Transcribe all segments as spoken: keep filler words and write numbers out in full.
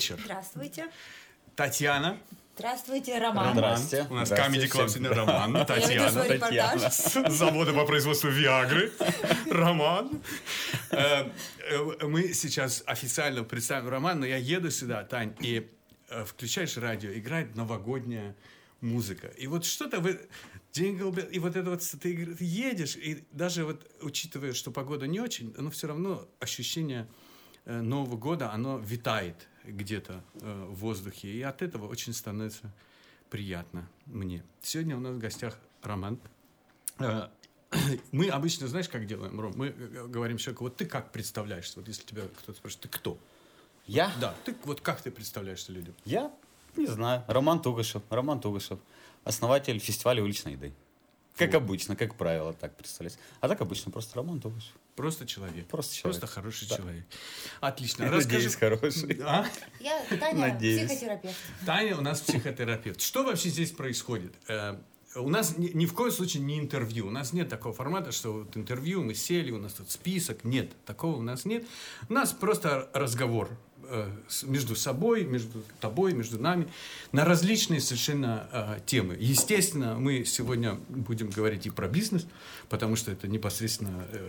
вечер. Здравствуйте. Татьяна. Здравствуйте, Роман. Роман. Здравствуйте. У нас Здравствуйте Comedy Club всем. сегодня Роман. Татьяна. Татьяна. С завода по производству Виагры. Роман. Э, э, Мы сейчас официально представим Роман, но я еду сюда, Тань, и э, включаешь радио, играет новогодняя музыка. И вот что-то вы... Jingle Bell, и вот это вот ты едешь, и даже вот учитывая, что погода не очень, но все равно ощущение э, Нового года, оно витает где-то э, в воздухе, и от этого очень становится приятно мне. Сегодня у нас в гостях Роман. Э, мы обычно, знаешь, как делаем, Ром? Мы говорим человеку, вот ты как представляешься? Вот если тебя кто-то спрашивает, ты кто? Я? Да, ты вот как ты представляешься людям? Я? Не знаю. Роман Тугашев. Роман Тугашев. Основатель фестиваля уличной еды. Как Вот. обычно, как правило, так представляется. А так обычно просто Роман Тугашев. Просто человек. Просто человек. Просто хороший Да. человек. Отлично. Я надеюсь, хороший. А? Я Таня, Надеюсь. психотерапевт. Таня у нас психотерапевт. Что вообще здесь происходит? Э, У нас ни, ни в коем случае не интервью. У нас нет такого формата, что вот интервью, мы сели, у нас тут список. Нет, такого у нас нет. У нас просто разговор э, с- между собой, между тобой, между нами на различные совершенно э, темы. Естественно, мы сегодня будем говорить и про бизнес, потому что это непосредственно... э,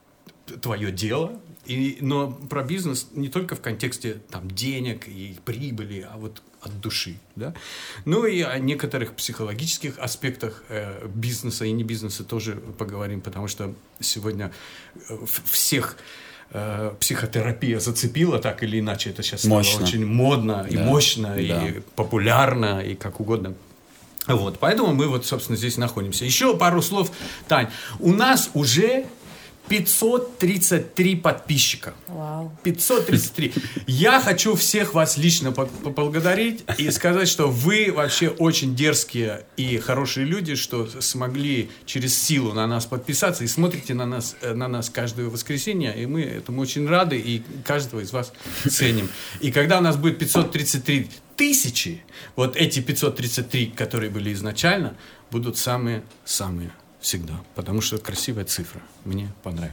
твое дело, и, но про бизнес не только в контексте там, денег и прибыли, а вот от души. Да? Ну и о некоторых психологических аспектах э, бизнеса и не бизнеса тоже поговорим, потому что сегодня э, в- всех э, психотерапия зацепила так или иначе. Это сейчас стало Мощно. очень модно и Да. мощно, Да. и популярно, и как угодно. Вот, поэтому мы вот, собственно, здесь находимся. Еще пару слов, Тань. У нас уже пятьсот тридцать три подписчика. Вау. пятьсот тридцать три. Я хочу всех вас лично по- поблагодарить и сказать, что вы вообще очень дерзкие и хорошие люди, что смогли через силу на нас подписаться и смотрите на нас, э, на нас каждое воскресенье, и мы этому очень рады и каждого из вас ценим. И когда у нас будет пятьсот тридцать три тысячи, вот эти пятьсот тридцать три, которые были изначально, будут самые-самые всегда, потому что красивая цифра. Мне понравилась.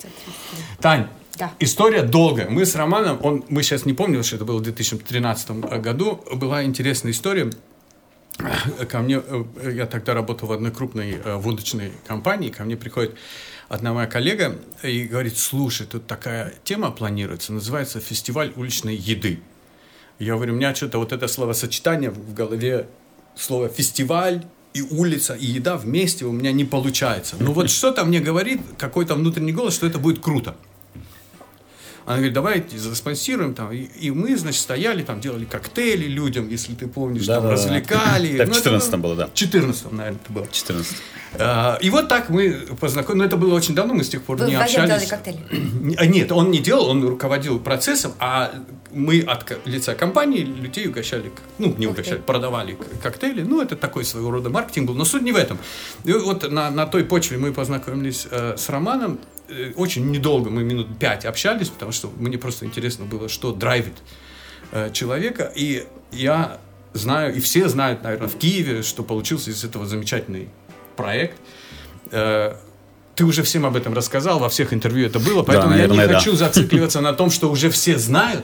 Тань, Да. история долгая. Мы с Романом, он, мы сейчас не помним, что это было в две тысячи тринадцатом году, была интересная история. Ко мне, э, я тогда работал в одной крупной э, водочной компании, ко мне приходит одна моя коллега и говорит, слушай, тут такая тема планируется, называется «Фестиваль уличной еды». Я говорю, у меня что-то вот это словосочетание в голове, слово «фестиваль», и улица, и еда вместе у меня не получается. Ну вот что-то мне говорит, какой-то внутренний голос, что это будет круто. Она говорит, давайте заспонсируем там. И, и мы, значит, стояли там, делали коктейли людям, если ты помнишь, Да, там, да, да. развлекали. Так, в Ну, это четырнадцатом было, да. В четырнадцатом, наверное, это было. четырнадцать. А, И вот так мы познакомились. Но это было очень давно, мы с тех пор Вы не вдвоем делали общались. коктейли? А, Нет, он не делал, он руководил процессом, а мы от ко- лица компании людей угощали, ну, не Ух угощали, ты. продавали к- коктейли. Ну, это такой своего рода маркетинг был, но суть не в этом. И вот на, на той почве мы познакомились э, с Романом. Э, Очень недолго, мы минут пять общались, потому что мне просто интересно было, что драйвит э, человека. И я знаю, и все знают, наверное, в Киеве, что получился из этого замечательный проект. Э, Ты уже всем об этом рассказал, во всех интервью это было, поэтому я наверное, не да. хочу зацикливаться на том, что уже все знают.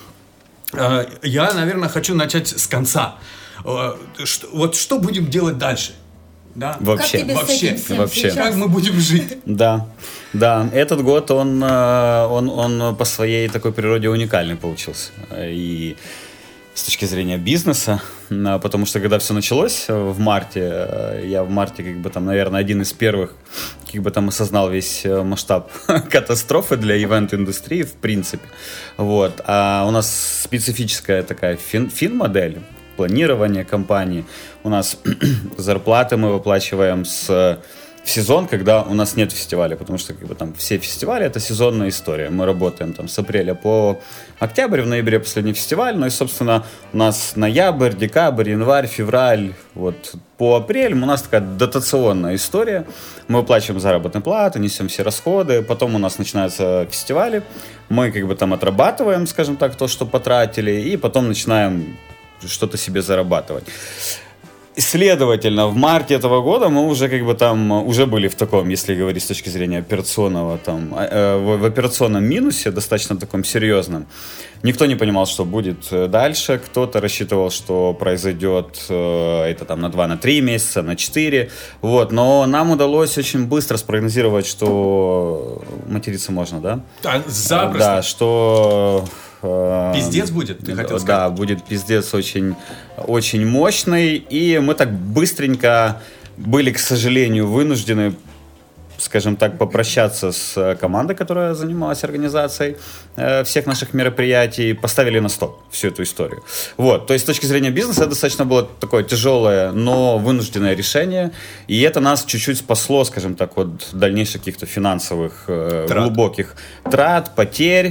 Э, Я, наверное, хочу начать с конца. Э, что- Вот что будем делать дальше? Да? Вообще. Как тебе Вообще. с этим всем Вообще. сейчас? Как мы будем жить? Да, да. Этот год он, э, он, он по своей такой природе уникальный получился. И с точки зрения бизнеса, а, потому что когда все началось э, в марте, э, я в марте, как бы там, наверное, один из первых, как бы там осознал весь э, масштаб катастрофы для ивент-индустрии, в принципе. Вот. А у нас специфическая такая фин- фин-модель, планирование компании. У нас зарплаты мы выплачиваем с в сезон, когда у нас нет фестиваля, потому что как бы там все фестивали — это сезонная история. Мы работаем там с апреля по октябрь, в ноябре последний фестиваль, ну и, собственно, у нас ноябрь, декабрь, январь, февраль, вот по апрель у нас такая дотационная история. Мы выплачиваем заработные платы, несем все расходы, потом у нас начинаются фестивали, мы как бы там отрабатываем, скажем так, то, что потратили, и потом начинаем что-то себе зарабатывать. Следовательно, в марте этого года мы уже как бы там уже были в таком, если говорить с точки зрения операционного, там, э, в, в операционном минусе, достаточно таком серьезном. Никто не понимал, что будет дальше. Кто-то рассчитывал, что произойдет э, это там на два, на три месяца, на четыре. Вот. Но нам удалось очень быстро спрогнозировать, что материться можно, да? А, запросто. Да, что... Пиздец будет, ты хотел сказать? Да, будет пиздец очень, очень мощный. И мы так быстренько были, к сожалению, вынуждены, скажем так, попрощаться с командой, которая занималась организацией э, всех наших мероприятий, поставили на стол всю эту историю. Вот, то есть с точки зрения бизнеса это достаточно было такое тяжелое, но вынужденное решение, и это нас чуть-чуть спасло, скажем так, от дальнейших каких-то финансовых э, глубоких трат, потерь.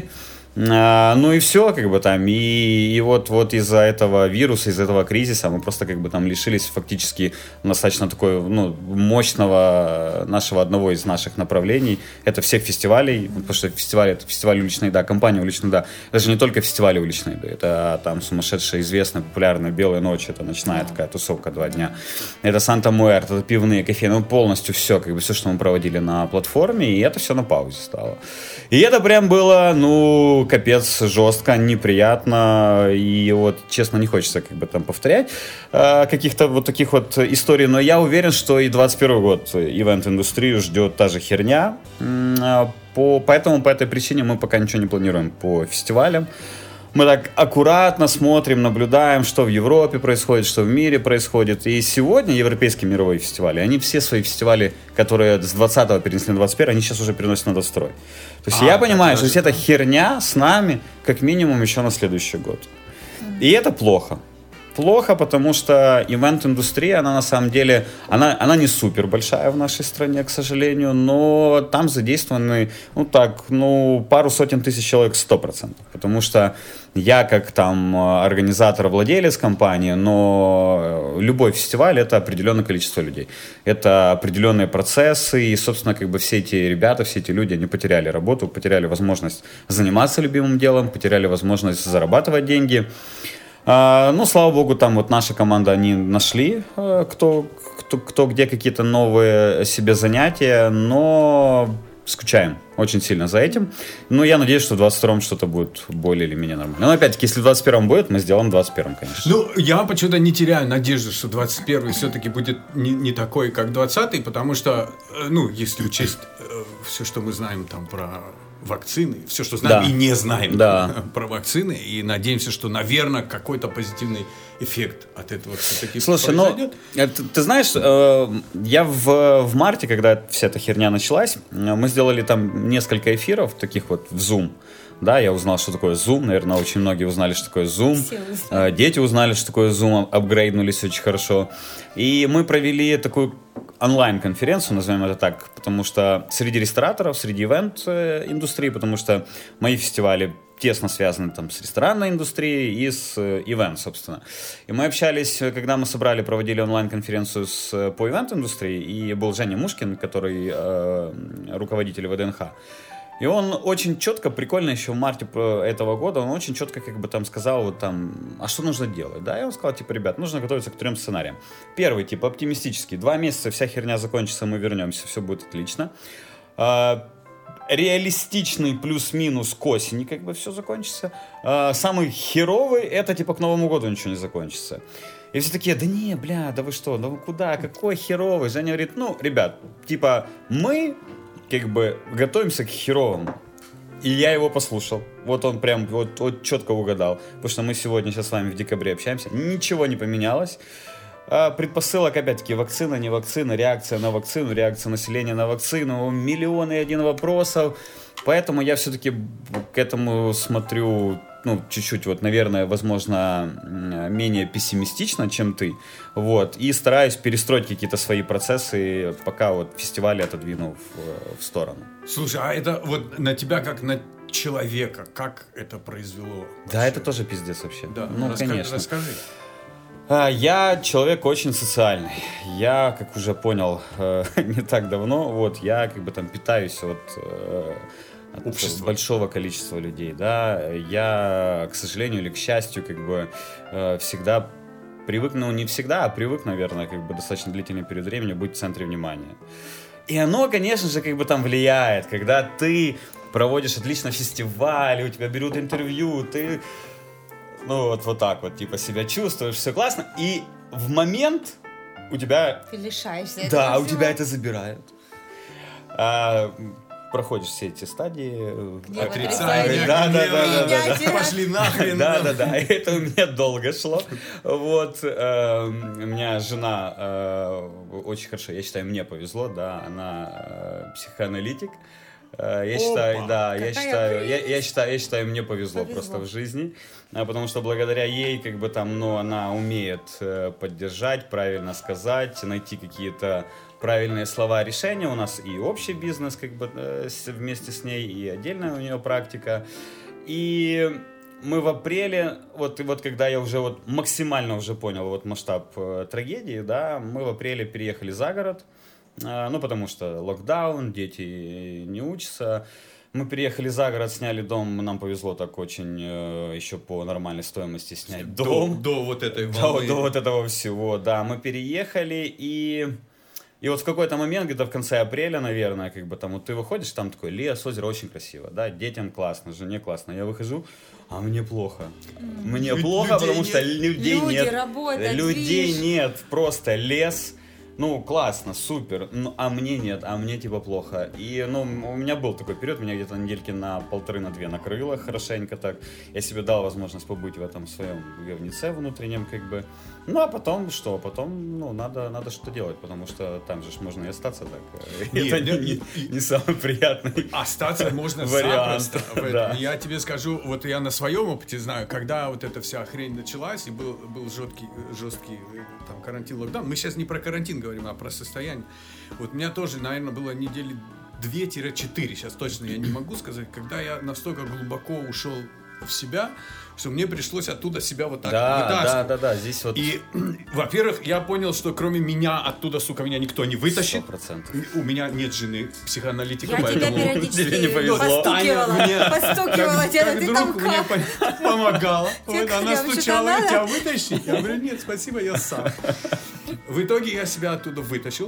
А, ну и все, как бы там, и, и вот, вот из-за этого вируса, из-за этого кризиса мы просто как бы там лишились фактически достаточно такой, ну, мощного нашего, одного из наших направлений, это всех фестивалей, потому что фестиваль, это фестиваль уличной еды, компания уличной еды, это же не только фестивали уличной еды, это там сумасшедшая, известная, популярная «Белая ночь», это ночная такая тусовка два дня, это Санта-Муэрт, это пивные, кофейные, ну, полностью все, как бы все, что мы проводили на платформе, и это все на паузе стало. И это прям было, ну, капец, жестко, неприятно, и вот, честно, не хочется как бы там повторять э, каких-то вот таких вот историй, но я уверен, что и двадцать первый год ивент-индустрию ждет та же херня, э, по, поэтому по этой причине мы пока ничего не планируем по фестивалям. Мы так аккуратно смотрим, наблюдаем, что в Европе происходит, что в мире происходит. И сегодня европейские мировые фестивали, они все свои фестивали, которые с двадцатого перенесли на двадцать первый, они сейчас уже переносят на двадцать второй. То есть а, я понимаю, что эта херня с нами как минимум еще на следующий год. И это плохо. Плохо, потому что ивент-индустрия, она на самом деле, она, она не супер большая в нашей стране, к сожалению, но там задействованы, ну так, ну, пару сотен тысяч человек сто процентов. Потому что я как там организатор, владелец компании, но любой фестиваль — это определенное количество людей. Это определенные процессы, и, собственно, как бы все эти ребята, все эти люди, они потеряли работу, потеряли возможность заниматься любимым делом, потеряли возможность зарабатывать деньги. Uh, ну, слава богу, там вот наша команда, они нашли, uh, кто, кто, кто где какие-то новые себе занятия, но скучаем очень сильно за этим. Но я надеюсь, что в двадцать втором что-то будет более или менее нормально. Но опять-таки, если в двадцать первом будет, мы сделаем в двадцать первом, конечно. Ну, я почему-то не теряю надежды, что двадцать первый все-таки будет не, не такой, как двадцатый, потому что, ну, если учесть э, все, что мы знаем там про вакцины, все, что знаем, да, и не знаем, да, про вакцины, и надеемся, что, наверное, какой-то позитивный эффект от этого все-таки Слушай, произойдет. Ну, ты, ты знаешь, э, я в, в марте, когда вся эта херня началась, мы сделали там несколько эфиров, таких вот в Zoom. Да, я узнал, что такое Zoom. Наверное, очень многие узнали, что такое Zoom. Э, дети узнали, что такое Zoom, апгрейднулись очень хорошо. И мы провели такую онлайн-конференцию, назовем это так, потому что среди рестораторов, среди ивент-индустрии, потому что мои фестивали тесно связаны там с ресторанной индустрией и с ивент, собственно. И мы общались, когда мы собрали, проводили онлайн-конференцию с, по ивент-индустрии, и был Женя Мушкин, который э, руководитель ВДНХ. И он очень четко, прикольно еще в марте этого года, он очень четко как бы там сказал, вот там, а что нужно делать, да? И он сказал, типа, ребят, нужно готовиться к трем сценариям. Первый, типа, оптимистический, два месяца, вся херня закончится, мы вернемся, все будет отлично. А, реалистичный плюс-минус к осени, как бы все закончится. А, самый херовый, это, типа, к Новому году ничего не закончится. И все такие, да не, бля, да вы что, да вы куда, какой херовый? Женя говорит, ну, ребят, типа, мы... как бы готовимся к херовому. И я его послушал. Вот он прям вот, вот четко угадал. Потому что мы сегодня сейчас с вами в декабре общаемся. Ничего не поменялось. А предпосылок, опять-таки, вакцина, не вакцина, реакция на вакцину, реакция населения на вакцину. Миллионы и один вопросов. Поэтому я все-таки к этому смотрю, ну, чуть-чуть, вот, наверное, возможно, менее пессимистично, чем ты. Вот. И стараюсь перестроить какие-то свои процессы, пока вот фестивали отодвину в, в сторону. Слушай, а это вот на тебя как на человека, как это произвело? Да, вообще? Это тоже пиздец вообще. Да, ну, расскажи, конечно. Расскажи. Я человек очень социальный. Я, как уже понял не так давно, вот, я как бы там питаюсь от... от общества. Большого количества людей, да, я, к сожалению или к счастью, как бы всегда привык, ну, не всегда, а привык, наверное, как бы достаточно длительный период времени быть в центре внимания. И оно, конечно же, как бы там влияет, когда ты проводишь отлично фестивали, у тебя берут интервью, ты, ну, вот, вот так вот, типа, себя чувствуешь, все классно, и в момент у тебя... Ты лишаешься да, этого у всего. тебя это забирают. А, проходишь все эти стадии. Отрицание, Да, да, да, да, да. Пошли нахрен. Да, да, да. И это у меня долго шло. Вот. э, У меня жена э, очень хорошо, я считаю, мне повезло, да, она э, психоаналитик. Э, Я считаю, да, я какая считаю, я, я считаю, я считаю, мне повезло, Повезло. просто в жизни, а, потому что благодаря ей, как бы там, ну, она умеет э, поддержать, правильно сказать, найти какие-то правильные слова решения. У нас и общий бизнес, как бы э, с- вместе с ней, и отдельная у нее практика. И мы в апреле, вот, и вот когда я уже вот максимально уже понял вот масштаб э, трагедии, да, мы в апреле переехали за город. А, Ну, потому что локдаун, дети не учатся. Мы переехали за город, сняли дом. Нам повезло так очень э, еще по нормальной стоимости снять До, дом. до вот этой До, волны. до вот этого всего, да. Мы переехали, и, и вот в какой-то момент, где-то в конце апреля, наверное, как бы там, вот ты выходишь, там такой лес, озеро, очень красиво, да, детям классно, жене классно. Я выхожу, а мне плохо. Мне Лю- плохо, людей потому что нет. людей Люди, нет. работа, Людей движ. нет, просто лес. Ну, классно, супер, ну, а мне нет, а мне типа плохо. И, ну, у меня был такой период, меня где-то недельки на полторы, на две накрыло хорошенько так. Я себе дал возможность побыть в этом своем говнице внутреннем, как бы. Ну, а потом что? Потом, ну, надо, надо что-то делать, потому что там же ж можно и остаться так. Нет, Это нет, не, нет. не самый приятный. Остаться можно Вариант, запросто в этом. да. Я тебе скажу, вот я на своем опыте знаю, когда вот эта вся хрень началась, и был, был жесткий, жесткий там, карантин, локдаун. Мы сейчас не про карантин говорим, а про состояние. Вот у меня тоже, наверное, было недели две-четыре, сейчас точно я не могу сказать, когда я настолько глубоко ушел в себя, что мне пришлось оттуда себя вот так Да, вытаскивать. да, да, да, здесь вот И, во-первых, я понял, что кроме меня оттуда, сука, меня никто не сто вытащит. процентов. У меня нет жены, психоаналитика, Я тебя поэтому... периодически тебе не повезло. постукивала, Мне постукивала как, тебя, как ты друг там мне как? по- помогала. Тебе Вот она прям что-то стучала, надо? тебя вытащить? Я говорю, нет, спасибо, я сам. В итоге я себя оттуда вытащил.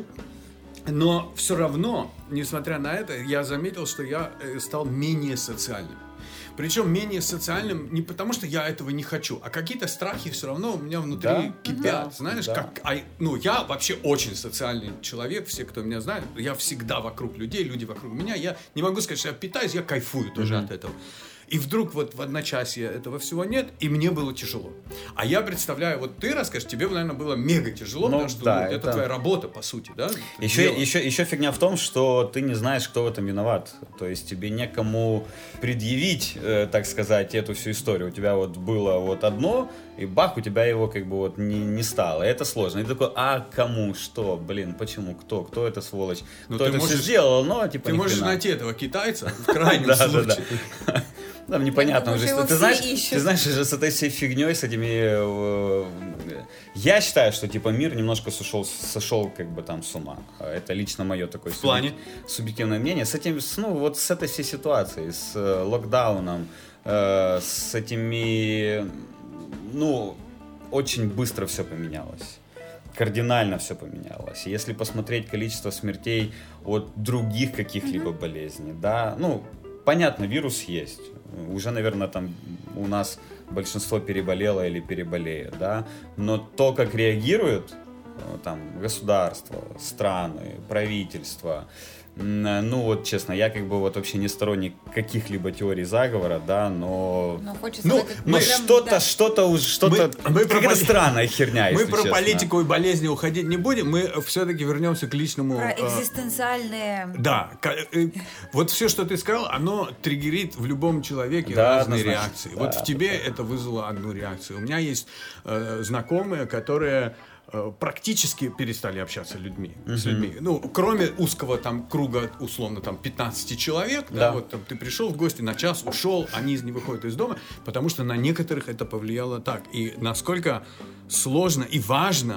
Но все равно, несмотря на это, я заметил, что я э, стал менее социальным. Причем менее социальным не потому, что я этого не хочу, а какие-то страхи все равно у меня внутри Да, кипят. да, Знаешь, да. как... а, ну, я вообще очень социальный человек, все, кто меня знает, я всегда вокруг людей, люди вокруг меня. Я не могу сказать, что я питаюсь, я кайфую тоже Мгм. от этого. И вдруг вот в одночасье этого всего нет, и мне было тяжело. А я представляю, вот ты расскажешь, тебе, наверное, было мега тяжело, Ну, потому что да, ну, это... это- твоя работа, по сути, да? Это Еще, дело. еще, еще фигня в том, что ты не знаешь, кто в этом виноват. То есть тебе некому предъявить, э, так сказать, эту всю историю. У тебя вот было вот одно, и бах, у тебя его как бы вот не, не стало. И это сложно. И ты такой, а кому, что, блин, почему, кто, кто это сволочь, Ну, кто ты это все можешь- сделал, но типа Ты ни можешь хрена. найти этого китайца, в крайнем Да, да, случае. да. Там непонятно Я думаю, уже. что его Ты все знаешь, ищут. ты знаешь, уже с этой всей фигней, с этими... э, Я считаю, что типа мир немножко сошел, сошел как бы там с ума. Это лично мое такое В плане? субъективное мнение. С этим, с- ну вот с этой всей ситуацией, с э, локдауном, э, с этими... Ну, очень быстро все поменялось. Кардинально все поменялось. Если посмотреть количество смертей от других каких-либо болезней, да, ну, понятно, вирус есть. Уже, наверное, там у нас большинство переболело или переболеет, да, но то, как реагируют э, там государства, страны, правительства, м, ну вот честно, я как бы вот вообще не сторонник каких-либо теорий заговора, да, но Но хочется Ну, в этот но прям, что-то, да. что-то уже, что-то, Мы- мы про какая-то поли- странная херня, Мы если про честно. политику и болезни уходить не будем, мы все-таки вернемся к личному... Про э, экзистенциальные... Да, ка- э, вот все, что ты сказал, оно триггерит в любом человеке Да, разные однозначно. реакции. Да, Вот в тебе да. это вызвало одну реакцию. У меня есть э, знакомые, которые э, практически перестали общаться людьми, с людьми. Ну, кроме узкого там круга, условно, там пятнадцать человек, да, Да. вот там, ты пришел в гости на час, ушел, они не выходят из дома, потому что на некоторых это повлияло так. И насколько сложно и важно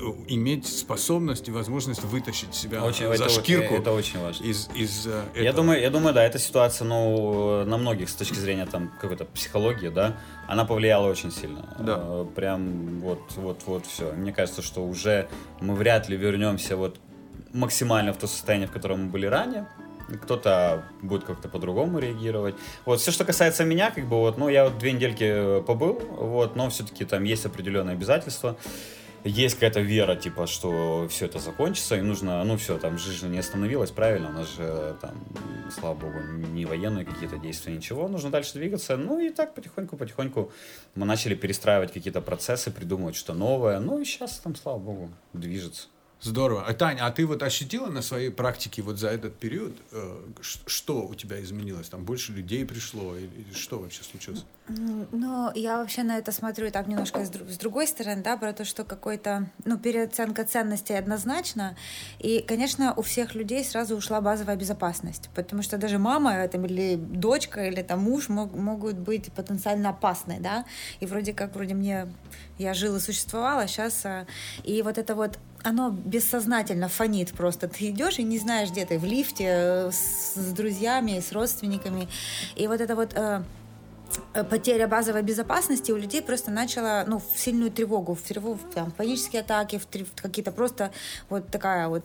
иметь способность и возможность вытащить себя Очень, за это, шкирку. Это очень важно. Из, из э, этого. Я думаю, я думаю, да, эта ситуация, ну, на многих с точки зрения там какой-то психологии, да, она повлияла очень сильно. Да. Э, Прям вот, вот, вот все. Мне кажется, что уже мы вряд ли вернемся вот максимально в то состояние, в котором мы были ранее. Кто-то будет как-то по-другому реагировать. Вот, все, что касается меня, как бы вот, ну, я вот две недельки побыл, вот, но все-таки там есть определенные обязательства. Есть какая-то вера, типа, что все это закончится, и нужно, ну, все, там, жизнь не остановилась, правильно, у нас же, там, слава богу, не военные какие-то действия, ничего, нужно дальше двигаться, ну, и так потихоньку-потихоньку мы начали перестраивать какие-то процессы, придумывать что-то новое, ну, и сейчас, там, слава богу, движется. Здорово. А, Таня, а ты вот ощутила на своей практике вот за этот период, э, что у тебя изменилось? Там больше людей пришло? Или, или что вообще случилось? Ну, я вообще на это смотрю так немножко с, с другой стороны, да, про то, что какой-то, ну, переоценка ценностей однозначно. И, конечно, у всех людей сразу ушла базовая безопасность, потому что даже мама там, или дочка, или там муж мог, могут быть потенциально опасны, да, и вроде как, вроде мне, я жила, существовала, сейчас, и вот это вот оно бессознательно фонит просто. Ты идешь и не знаешь, где ты, в лифте, с, с друзьями, с родственниками. И вот это вот э, потеря базовой безопасности у людей просто начала, ну, в сильную тревогу, в тревогу, там, в панические атаки, в, трев, в какие-то просто вот такая вот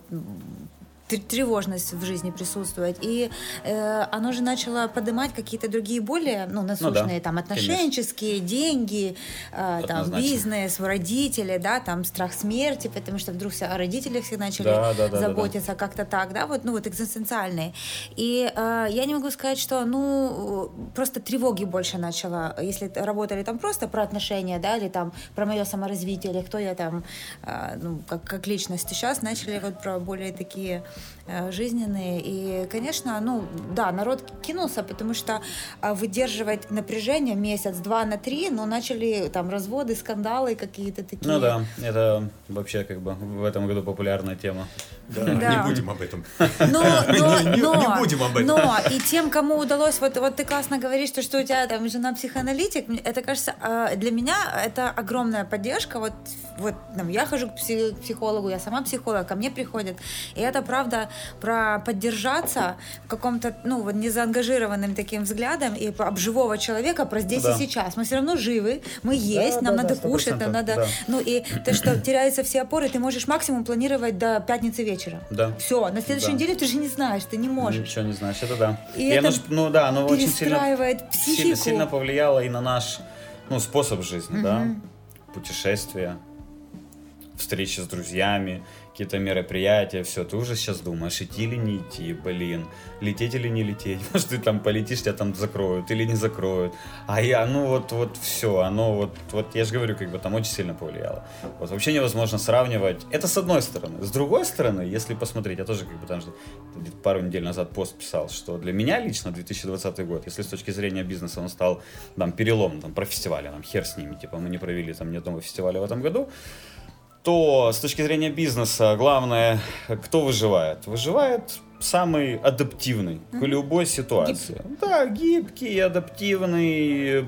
тревожность в жизни присутствовать. И э, оно же начало поднимать какие-то другие более, ну, насущные, ну, да, там, отношенческие, конечно. Деньги, э, там, бизнес, родители, да, там, страх смерти, потому что вдруг о родителях все начали да, да, да, заботиться, да, да. как-то так, да, вот, ну, вот экзистенциальные. И э, я не могу сказать, что, ну, просто тревоги больше начала, если работали там просто про отношения, да, или там про мое саморазвитие, или кто я там, э, ну, как, как личность. Сейчас начали вот про более такие жизненные. И, конечно, ну, да, народ кинулся, потому что выдерживать напряжение месяц, два на три, но начали там разводы, скандалы какие-то такие. Ну да, это вообще как бы в этом году популярная тема. Да, да. Не будем об этом. Но, но, не, но, не будем об этом. Но и тем, кому удалось, вот, вот ты классно говоришь, что, что у тебя там жена психоаналитик, это, кажется, для меня это огромная поддержка. Вот, вот там, я хожу к психологу, я сама психолог, ко мне приходят. И это правда про поддержаться в каком-то, ну, вот незаангажированным таким взглядом и об живого человека, про здесь да. и сейчас. Мы все равно живы, мы есть, да, нам да, надо да, кушать, нам надо... Да. Ну и то, что теряются все опоры, ты можешь максимум планировать до пятницы вечера. Да. Все, на следующей да. неделе ты же не знаешь, ты не можешь. Ничего не знаешь, это да. И, и это оно, ну да, оно очень сильно, сильно, сильно повлияло и на наш, ну, способ жизни, угу. да, путешествия, встречи с друзьями, какие-то мероприятия, все, ты уже сейчас думаешь, идти или не идти, блин, лететь или не лететь, может, ты там полетишь, тебя там закроют или не закроют, а я, ну, вот, вот, все, оно, вот, вот, я же говорю, как бы там очень сильно повлияло, вот, вообще невозможно сравнивать, это с одной стороны, с другой стороны, если посмотреть, я тоже, как бы, там, пару недель назад пост писал, что для меня лично две тысячи двадцатый год, если с точки зрения бизнеса он стал, там, переломным, там, про фестивали, там, хер с ними, типа, мы не провели, там, ни одного фестиваля в этом году, то с точки зрения бизнеса главное, кто выживает? Выживает самый адаптивный к любой ситуации. Гибкий. Да, гибкий, адаптивный,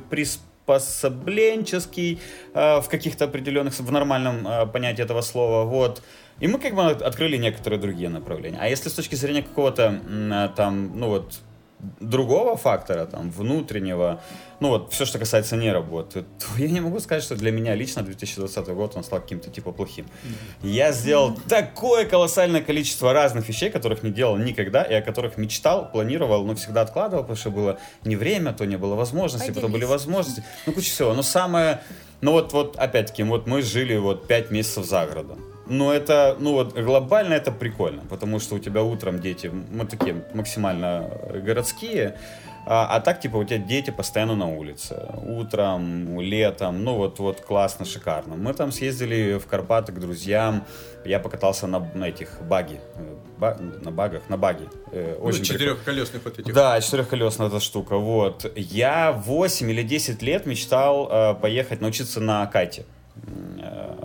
приспособленческий э, в каких-то определенных, в нормальном э, понятии этого слова. Вот. И мы как бы открыли некоторые другие направления. А если с точки зрения какого-то э, там, ну вот, другого фактора, там, внутреннего, ну вот, все, что касается неработы, то я не могу сказать, что для меня лично две тысячи двадцатый год он стал каким-то типа плохим. Mm-hmm. Я сделал mm-hmm. такое колоссальное количество разных вещей, которых не делал никогда, и о которых мечтал, планировал, но всегда откладывал, потому что было не время, то не было возможности, Поделись. потом были возможности, ну куча всего. Но самое, ну вот, вот опять-таки, вот мы жили вот пять месяцев за городом. Но это, ну вот, глобально это прикольно, потому что у тебя утром дети, мы такие максимально городские, а, а так, типа, у тебя дети постоянно на улице, утром, летом, ну вот, вот классно, шикарно. Мы там съездили в Карпаты к друзьям, я покатался на, на этих баги, ба, на багах, на баги. Очень ну, четырехколесных вот этих. Да, четырехколесная эта штука, вот. Я восемь или десять лет мечтал э, поехать научиться на кайте.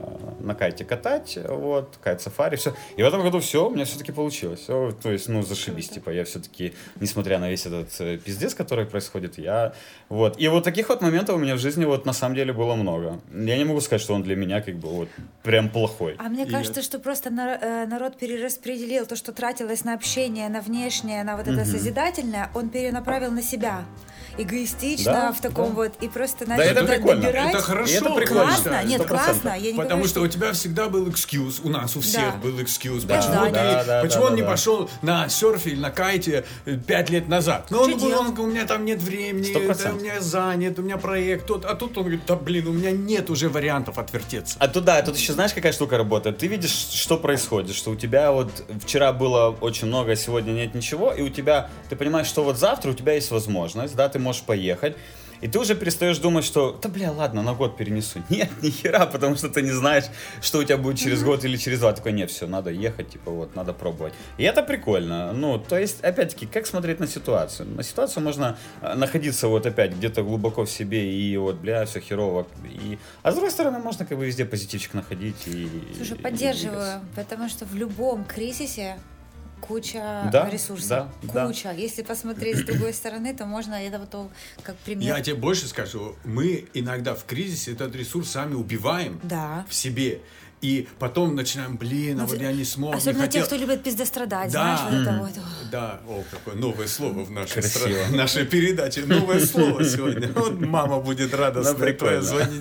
на кайте катать, вот, кайт-сафари, все. И в этом году все у меня все-таки получилось. О, то есть, ну, зашибись, типа, я все-таки, несмотря на весь этот э, пиздец, который происходит, я, вот. И вот таких вот моментов у меня в жизни вот на самом деле было много. Я не могу сказать, что он для меня как бы вот прям плохой. А мне кажется, что просто на, народ перераспределил то, что тратилось на общение, на внешнее, на вот это mm-hmm. созидательное, он перенаправил на себя. Эгоистично, да, в таком да. вот, и просто начал да, это прикольно. добирать. Это хорошо. Это прикольно. Классно, нет, классно. Я не Потому говорю, что у тебя всегда был экскьюз, у нас у всех да. был экскьюз. Да. Почему, Да, ты, да, да, почему да, он да, не да. пошел на серфе или на кайте пять лет назад? Ну, он, он, у меня там нет времени, это, у меня занят, у меня проект. Тот, а тут он говорит, да блин, у меня нет уже вариантов отвертеться. А тут, да, тут еще знаешь, какая штука работает? Ты видишь, что происходит, что у тебя вот вчера было очень много, а сегодня нет ничего, и у тебя, ты понимаешь, что вот завтра у тебя есть возможность, да, ты можешь поехать, и ты уже перестаешь думать, что, да бля, ладно, на год перенесу. Нет, ни хера, потому что ты не знаешь, что у тебя будет через год или через два. Такой, нет, все, надо ехать, типа вот, надо пробовать. И это прикольно. Ну, то есть, опять-таки, как смотреть на ситуацию? На ситуацию можно находиться вот опять где-то глубоко в себе и вот, бля, все херово. И... А с другой стороны, можно как бы везде позитивчик находить и... Слушай, поддерживаю, и потому что в любом кризисе куча да, ресурсов, да, куча. Да. Если посмотреть с другой стороны, то можно это вот как пример. Я тебе больше скажу, мы иногда в кризисе этот ресурс сами убиваем да. в себе. И потом начинаем, блин, а ну, вот я не смог. Особенно не те, хотел... кто любит пиздострадать, да. знаешь, вот это вот. Да, о, какое новое слово в нашей, стране, в нашей передаче. Новое слово сегодня. Вот мама будет радостная твоя звонить.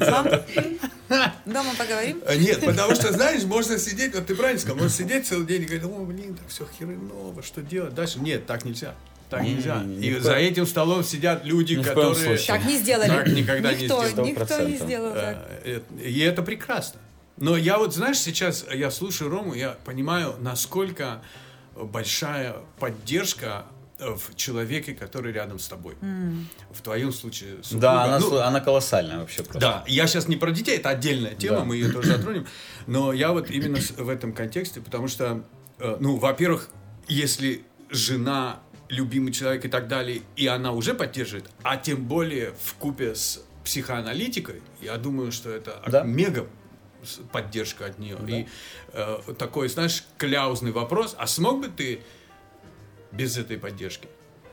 Дома поговорим? Нет, потому что, знаешь, можно сидеть, вот ты правильно сказал, можно сидеть целый день и говорить, о, блин, так все херово, что делать дальше? Нет, так нельзя. Так не, нельзя. Не, не, и за этим столом сидят люди, которые... Так не сделали. Так никогда никто, не сделали. Никто не сделал так. И это прекрасно. Но я вот, знаешь, сейчас я слушаю Рому, я понимаю, насколько большая поддержка в человеке, который рядом с тобой. Mm. В твоем случае супруга. Да, она, ну, она колоссальная вообще просто. Да, я сейчас не про детей, это отдельная тема, да. мы ее тоже затронем. Но я вот именно в этом контексте, потому что, ну, во-первых, если жена, любимый человек и так далее, и она уже поддерживает, а тем более вкупе с психоаналитикой, я думаю, что это да. мега поддержка от нее. Да. И э, такой, знаешь, кляузный вопрос, а смог бы ты без этой поддержки?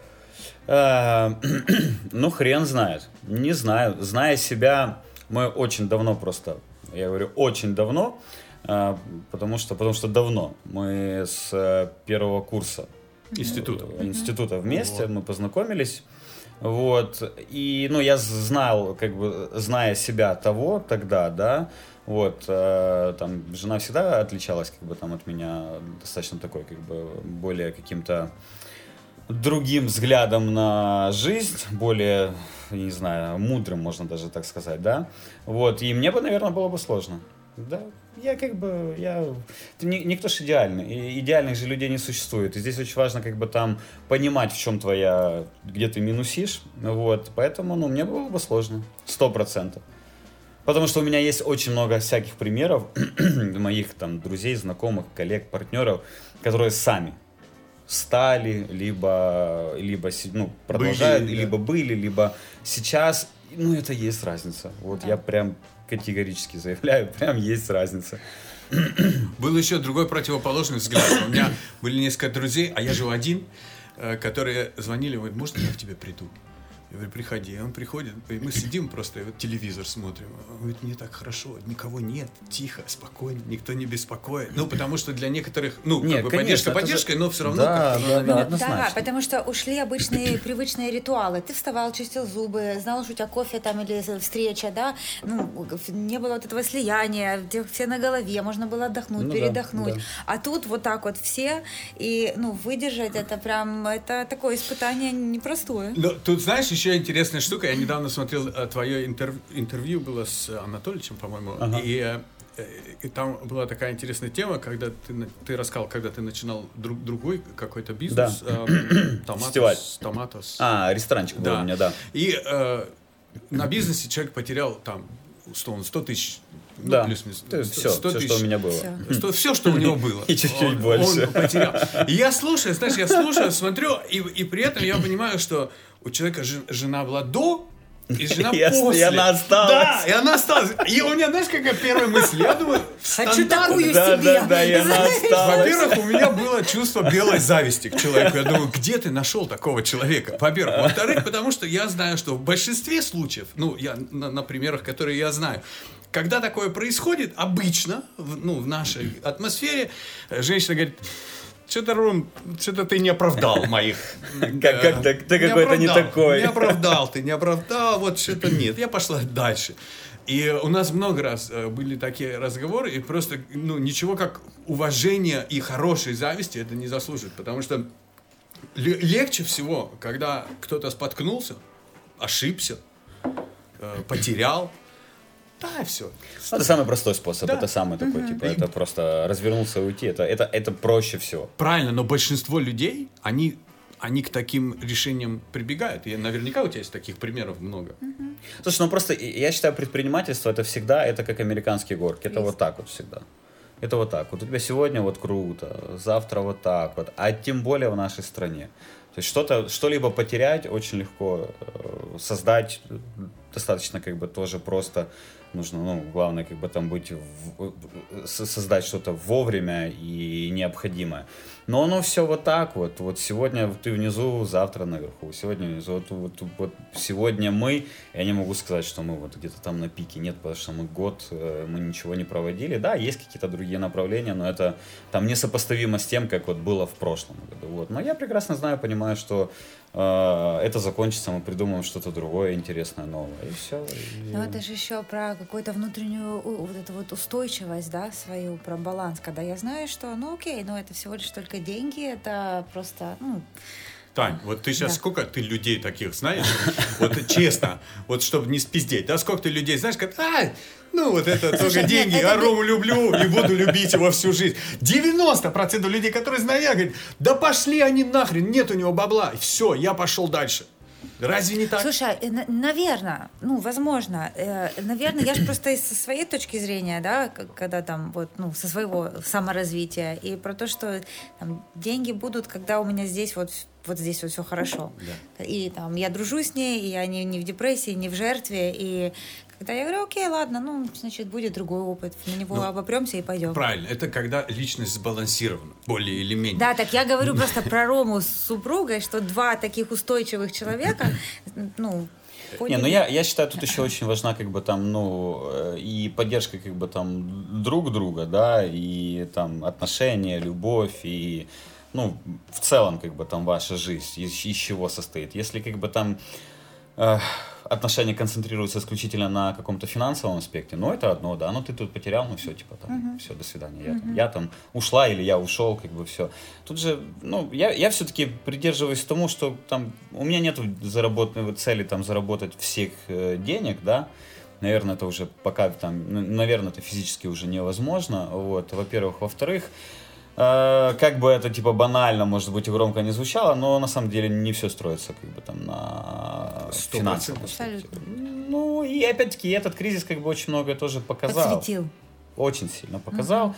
Ну, хрен знает. Не знаю. Зная себя, мы очень давно просто, я говорю, очень давно, потому что, потому что давно. Мы с первого курса института, института вместе, вот. Мы познакомились. Вот. И, ну, я знал, как бы, зная себя того тогда, да, вот, э, там, жена всегда отличалась, как бы, там, от меня достаточно такой, как бы, более каким-то другим взглядом на жизнь, более, не знаю, мудрым, можно даже так сказать, да, вот, и мне бы, наверное, было бы сложно, да, я, как бы, я, никто же идеальный, и идеальных же людей не существует, и здесь очень важно, как бы, там, понимать, в чем твоя, где ты минусишь, вот, поэтому, ну, мне было бы сложно, сто процентов. Потому что у меня есть очень много всяких примеров моих там друзей, знакомых, коллег, партнеров, которые сами стали, либо, либо ну, продолжают, были, либо да. были, либо сейчас. Ну, это есть разница. Вот да. я прям категорически заявляю, прям есть разница. Был еще другой противоположный взгляд. У меня были несколько друзей, а я живу один, которые звонили, говорят, можно я к тебе приду? Я говорю, приходи. И он приходит, и мы сидим просто, и вот телевизор смотрим. Он говорит, мне так хорошо, никого нет, тихо, спокойно, никто не беспокоит. Ну, потому что для некоторых, ну, нет, как бы конечно, поддержка поддержкой, же... но все равно... Да, как-то... да, да, однозначно. Да, потому что ушли обычные привычные ритуалы. Ты вставал, чистил зубы, знал, что у тебя кофе там или встреча, да? Ну, не было вот этого слияния, все на голове, можно было отдохнуть, ну, передохнуть. Да, да. А тут вот так вот все, и, ну, выдержать это прям, это такое испытание непростое. Но тут, знаешь, еще интересная штука. Я недавно смотрел а, твое интервью, интервью было с Анатольевичем, по-моему, ага. и, и там была такая интересная тема, когда ты, ты рассказал, когда ты начинал друг, другой какой-то бизнес. Да. Э, томатос, томатос. А, ресторанчик был да. у меня, да. И э, на бизнесе человек потерял там, условно, сто тысяч. Ну, да, плюс-минус. Все, все, что у меня было. Все, все что у него было. И чуть-чуть он, больше. Он потерял. И я слушаю, знаешь, я слушаю, смотрю, и, и при этом я понимаю, что у человека жена была до И жена И после. и она осталась. Да, и она осталась. И у меня, знаешь, какая первая мысль? Я думаю, Хочу стандарт- такую Да, себе. да, да, и она осталась. Во-первых, у меня было чувство белой зависти к человеку. Я думаю, где ты нашел такого человека? Во-первых. Во-вторых, потому что я знаю, что в большинстве случаев, ну, я на, на примерах, которые я знаю, когда такое происходит, обычно, в, ну, в нашей атмосфере, женщина говорит: что-то, Ром, что-то ты не оправдал моих. Как- как ты- ты какой-то не оправдал, такой. Не оправдал, ты не оправдал, вот что-то нет. Я пошла дальше. И у нас много раз э, были такие разговоры, и просто, ну, ничего как уважение и хорошей зависти это не заслужит, потому что ле- легче всего, когда кто-то споткнулся, ошибся, э, потерял, да, и все. Это самый простой способ, Да. это самый такой, типа, это просто развернуться и уйти, это, это, это проще всего. Правильно, но большинство людей, они, они к таким решениям прибегают. И наверняка у тебя есть таких примеров много. Слушай, ну просто я считаю, предпринимательство это всегда, это как американские горки, это Есть. вот так вот всегда. Это вот так. Вот у тебя сегодня вот круто, завтра вот так вот, а тем более в нашей стране. То есть что-то, что-либо потерять очень легко, э, создать достаточно как бы тоже просто. Нужно, ну, главное, как бы там быть, в, с- создать что-то вовремя и необходимое. Но оно все вот так вот. Вот сегодня ты внизу, завтра наверху. Сегодня внизу. Вот, вот, вот сегодня мы, я не могу сказать, что мы вот где-то там на пике. Нет, потому что мы год, э, мы ничего не проводили. Да, есть какие-то другие направления, но это там несопоставимо с тем, как вот было в прошлом году. Вот. Но я прекрасно знаю, понимаю, что э, это закончится, мы придумаем что-то другое, интересное, новое. И все. Но это же еще про какую-то внутреннюю у- вот эту вот устойчивость, да, свою, про баланс, когда я знаю, что, ну окей, но это всего лишь только деньги, это просто, ну, Тань, вот ты сейчас Да. сколько ты людей таких знаешь? Вот честно, вот чтобы не спиздеть, да, сколько ты людей знаешь, как, а, ну вот это только Слушай, деньги, нет, я это- Рому люблю и буду любить его всю жизнь. девяносто процентов людей, которые знаю я, говорят, да пошли они нахрен, нет у него бабла, все, я пошел дальше. Разве не так? Слушай, наверное, ну, возможно, наверное, я же просто из- со своей точки зрения, да, к- когда там вот, ну, со своего саморазвития, и про то, что там, деньги будут, когда у меня здесь вот, вот здесь вот все хорошо. И там я дружу с ней, и я не, не в депрессии, не в жертве, и когда я говорю, окей, ладно, ну, значит, будет другой опыт, на него Ну, обопремся и пойдем. Правильно, это когда личность сбалансирована, более или менее. Да, так я говорю просто про Рому с супругой, что два таких устойчивых человека, ну, Не, поняли. ну я, я считаю, тут еще очень важна как бы там, ну, э, и поддержка как бы там друг друга, да, и там отношения, любовь, и, ну, в целом как бы там ваша жизнь, из, из чего состоит. Если как бы там э, отношения концентрируются исключительно на каком-то финансовом аспекте, ну, это одно, да, ну, ты тут потерял, ну, все, типа, там, все, до свидания, я, там, я там ушла или я ушел, как бы, все. Тут же, ну, я, я все-таки придерживаюсь тому, что там, у меня нет заработной цели, там, заработать всех э, денег, да, наверное, это уже пока, там, ну, наверное, это физически уже невозможно, вот, во-первых, во-вторых, Э, как бы это типа банально, может быть, и громко не звучало, но на самом деле не все строится как бы там на Сто финансовом процентов. аспекте. Ну и опять-таки этот кризис как бы очень многое тоже показал. Подсветил. Очень сильно показал.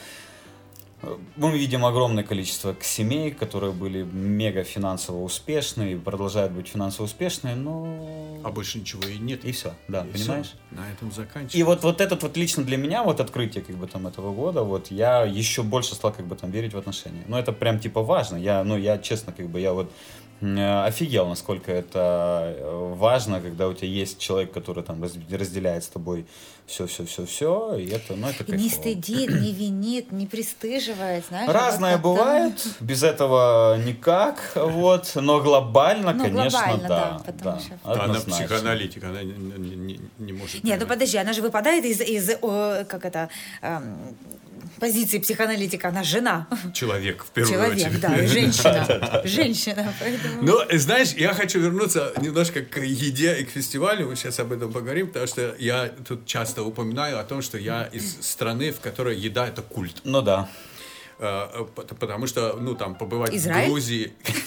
Мы видим огромное количество семей, которые были мега финансово успешные и продолжают быть финансово успешные, но... А больше ничего и нет. И все, да, И понимаешь? всё, на этом заканчиваем. И вот, вот этот вот лично для меня вот открытие как бы там этого года, вот я еще больше стал как бы там верить в отношения. Ну это прям типа важно. Я, ну я честно как бы я вот э, офигел, насколько это э, важно, когда у тебя есть человек, который там раз- разделяет с тобой все-все-все-все, и это, ну это И не кайфово. стыдит, не винит, не пристыживает, знаешь. Разное вот как-то- бывает, без этого никак, вот, но глобально, Ну, конечно, глобально, да, да, потому да, что- Да, она однозначно. психоаналитик, она не, не- не- не может... Нет, ну понять. подожди, она же выпадает из, из о, как это, эм, позиции психоаналитика, она жена. Человек, в первую Человек, очередь. да, и женщина. Женщина, поэтому... Ну, знаешь, я хочу вернуться немножко к еде и к фестивалю. Мы сейчас об этом поговорим, потому что я тут часто упоминаю о том, что я из страны, в которой еда – это культ. Ну да. Э, пот- Потому что, ну, там, побывать Израиль? в Грузии...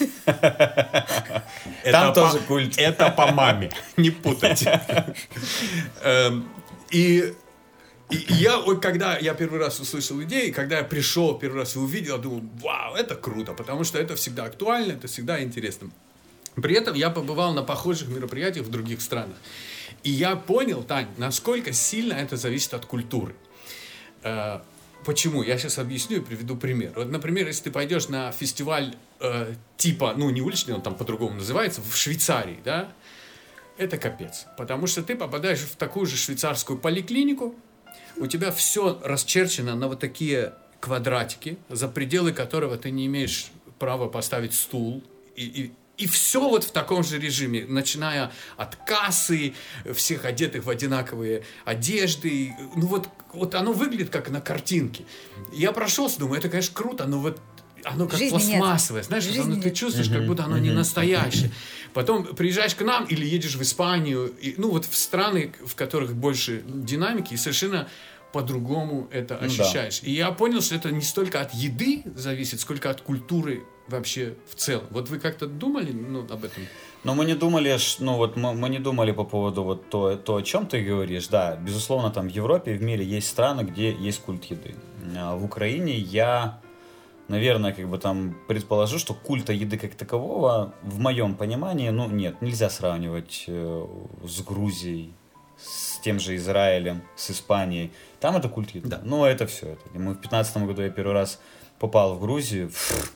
Там Это тоже по- культ. Это по маме, не путайте. Эм, И и я, ой, когда я первый раз услышал идеи, когда я пришел первый раз и увидел, я думал, вау, это круто, потому что это всегда актуально, это всегда интересно. При этом я побывал на похожих мероприятиях в других странах. И я понял, Тань, насколько сильно это зависит от культуры. Э, почему? Я сейчас объясню и приведу пример. Вот, например, если ты пойдешь на фестиваль э, типа, ну, не уличный, он там по-другому называется, в Швейцарии, да, это капец. Потому что ты попадаешь в такую же швейцарскую поликлинику, у тебя все расчерчено на вот такие квадратики, за пределы которого ты не имеешь права поставить стул, и, и И все вот в таком же режиме, начиная от кассы, всех одетых в одинаковые одежды. Ну вот, вот оно выглядит как на картинке. Я прошелся, думаю, это, конечно, круто, но вот оно как пластмассовое. Нет. Знаешь, оно, ты чувствуешь, как будто оно не настоящее. Потом приезжаешь к нам или едешь в Испанию, и, ну вот в страны, в которых больше динамики, и совершенно по-другому это ну, ощущаешь. Да. И я понял, что это не столько от еды зависит, сколько от культуры вообще в целом. Вот вы как-то думали, ну, об этом? Но мы не думали, ну вот мы, мы не думали по поводу вот то, то, о чем ты говоришь. Да, безусловно, там в Европе и в мире есть страны, где есть культ еды. А в Украине я, наверное, как бы там предположу, что культа еды как такового, в моем понимании, ну нет, нельзя сравнивать э, с Грузией, с тем же Израилем, с Испанией. Там это культ еды. Да. Ну, это все. Это. Мы в пятнадцатом году я первый раз попал в Грузию.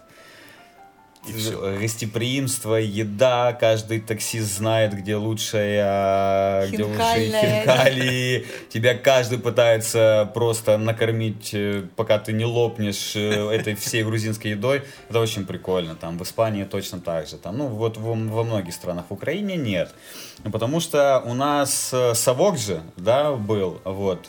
И все. Гостеприимство, еда, каждый таксист знает, где лучшая, где лучшие хинкали. Тебя каждый пытается просто накормить, пока ты не лопнешь этой всей грузинской едой. Это очень прикольно. Там в Испании точно так же. Там, ну, вот во, во многих странах. В Украине нет. Потому что у нас совок же, да, был, вот.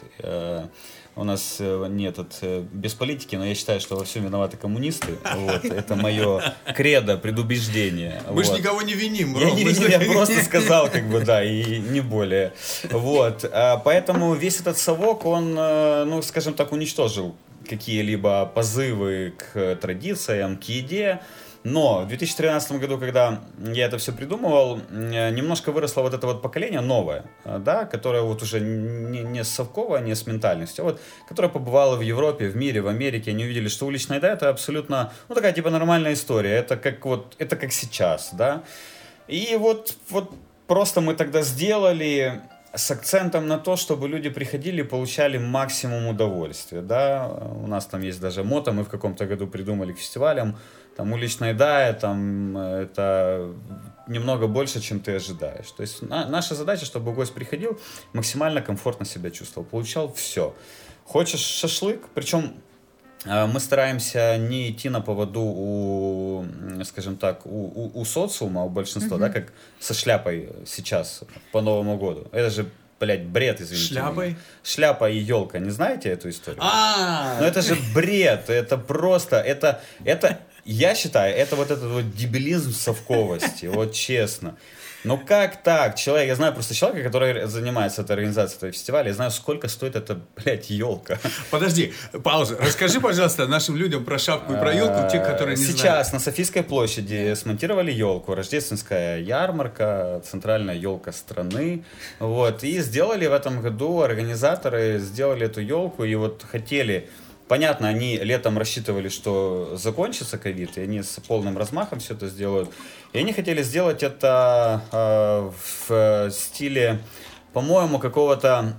У нас нет от, без политики, но я считаю, что во всем виноваты коммунисты. Вот, это мое кредо, предубеждение. Мы вот. же никого не виним. Я, не виним, я просто сказал, как бы, да, и не более. Вот, поэтому весь этот совок, он, ну, скажем так, уничтожил какие-либо позывы к традициям, к еде. Но в две тысячи тринадцатом году, когда я это все придумывал, немножко выросло вот это вот поколение новое, да, которое вот уже не, не с совковое, не с ментальностью, а вот, которое побывало в Европе, в мире, в Америке, они увидели, что уличная еда — это абсолютно, ну, такая типа нормальная история, это как вот, это как сейчас, да. И вот, вот просто мы тогда сделали с акцентом на то, чтобы люди приходили и получали максимум удовольствия, да. У нас там есть даже мото, мы в каком-то году придумали к фестивалям. Там уличная еда, там это немного больше, чем ты ожидаешь. То есть на, наша задача, чтобы гость приходил, максимально комфортно себя чувствовал, получал все. Хочешь шашлык, причем э, мы стараемся не идти на поводу у, скажем так, у, у, у социума, у большинства, mm-hmm. да, как со шляпой сейчас по Новому году. Это же, блядь, бред, извините. Шляпой? Шляпа и елка, не знаете эту историю? А, ну это же бред, это просто, это, это, я считаю, это вот этот вот дебилизм совковости, вот честно. Ну как так? Человек, я знаю просто человека, который занимается этой организацией этого фестиваля, я знаю, сколько стоит эта, блядь, елка. Подожди, пауза. Расскажи, пожалуйста, нашим людям про шапку и про елку, те, которые не Сейчас знают. Сейчас на Софийской площади смонтировали елку, рождественская ярмарка, центральная елка страны, вот, и сделали в этом году, организаторы сделали эту елку, и вот хотели... Понятно, они летом рассчитывали, что закончится ковид, и они с полным размахом все это сделают. И они хотели сделать это э, в стиле, по-моему, какого-то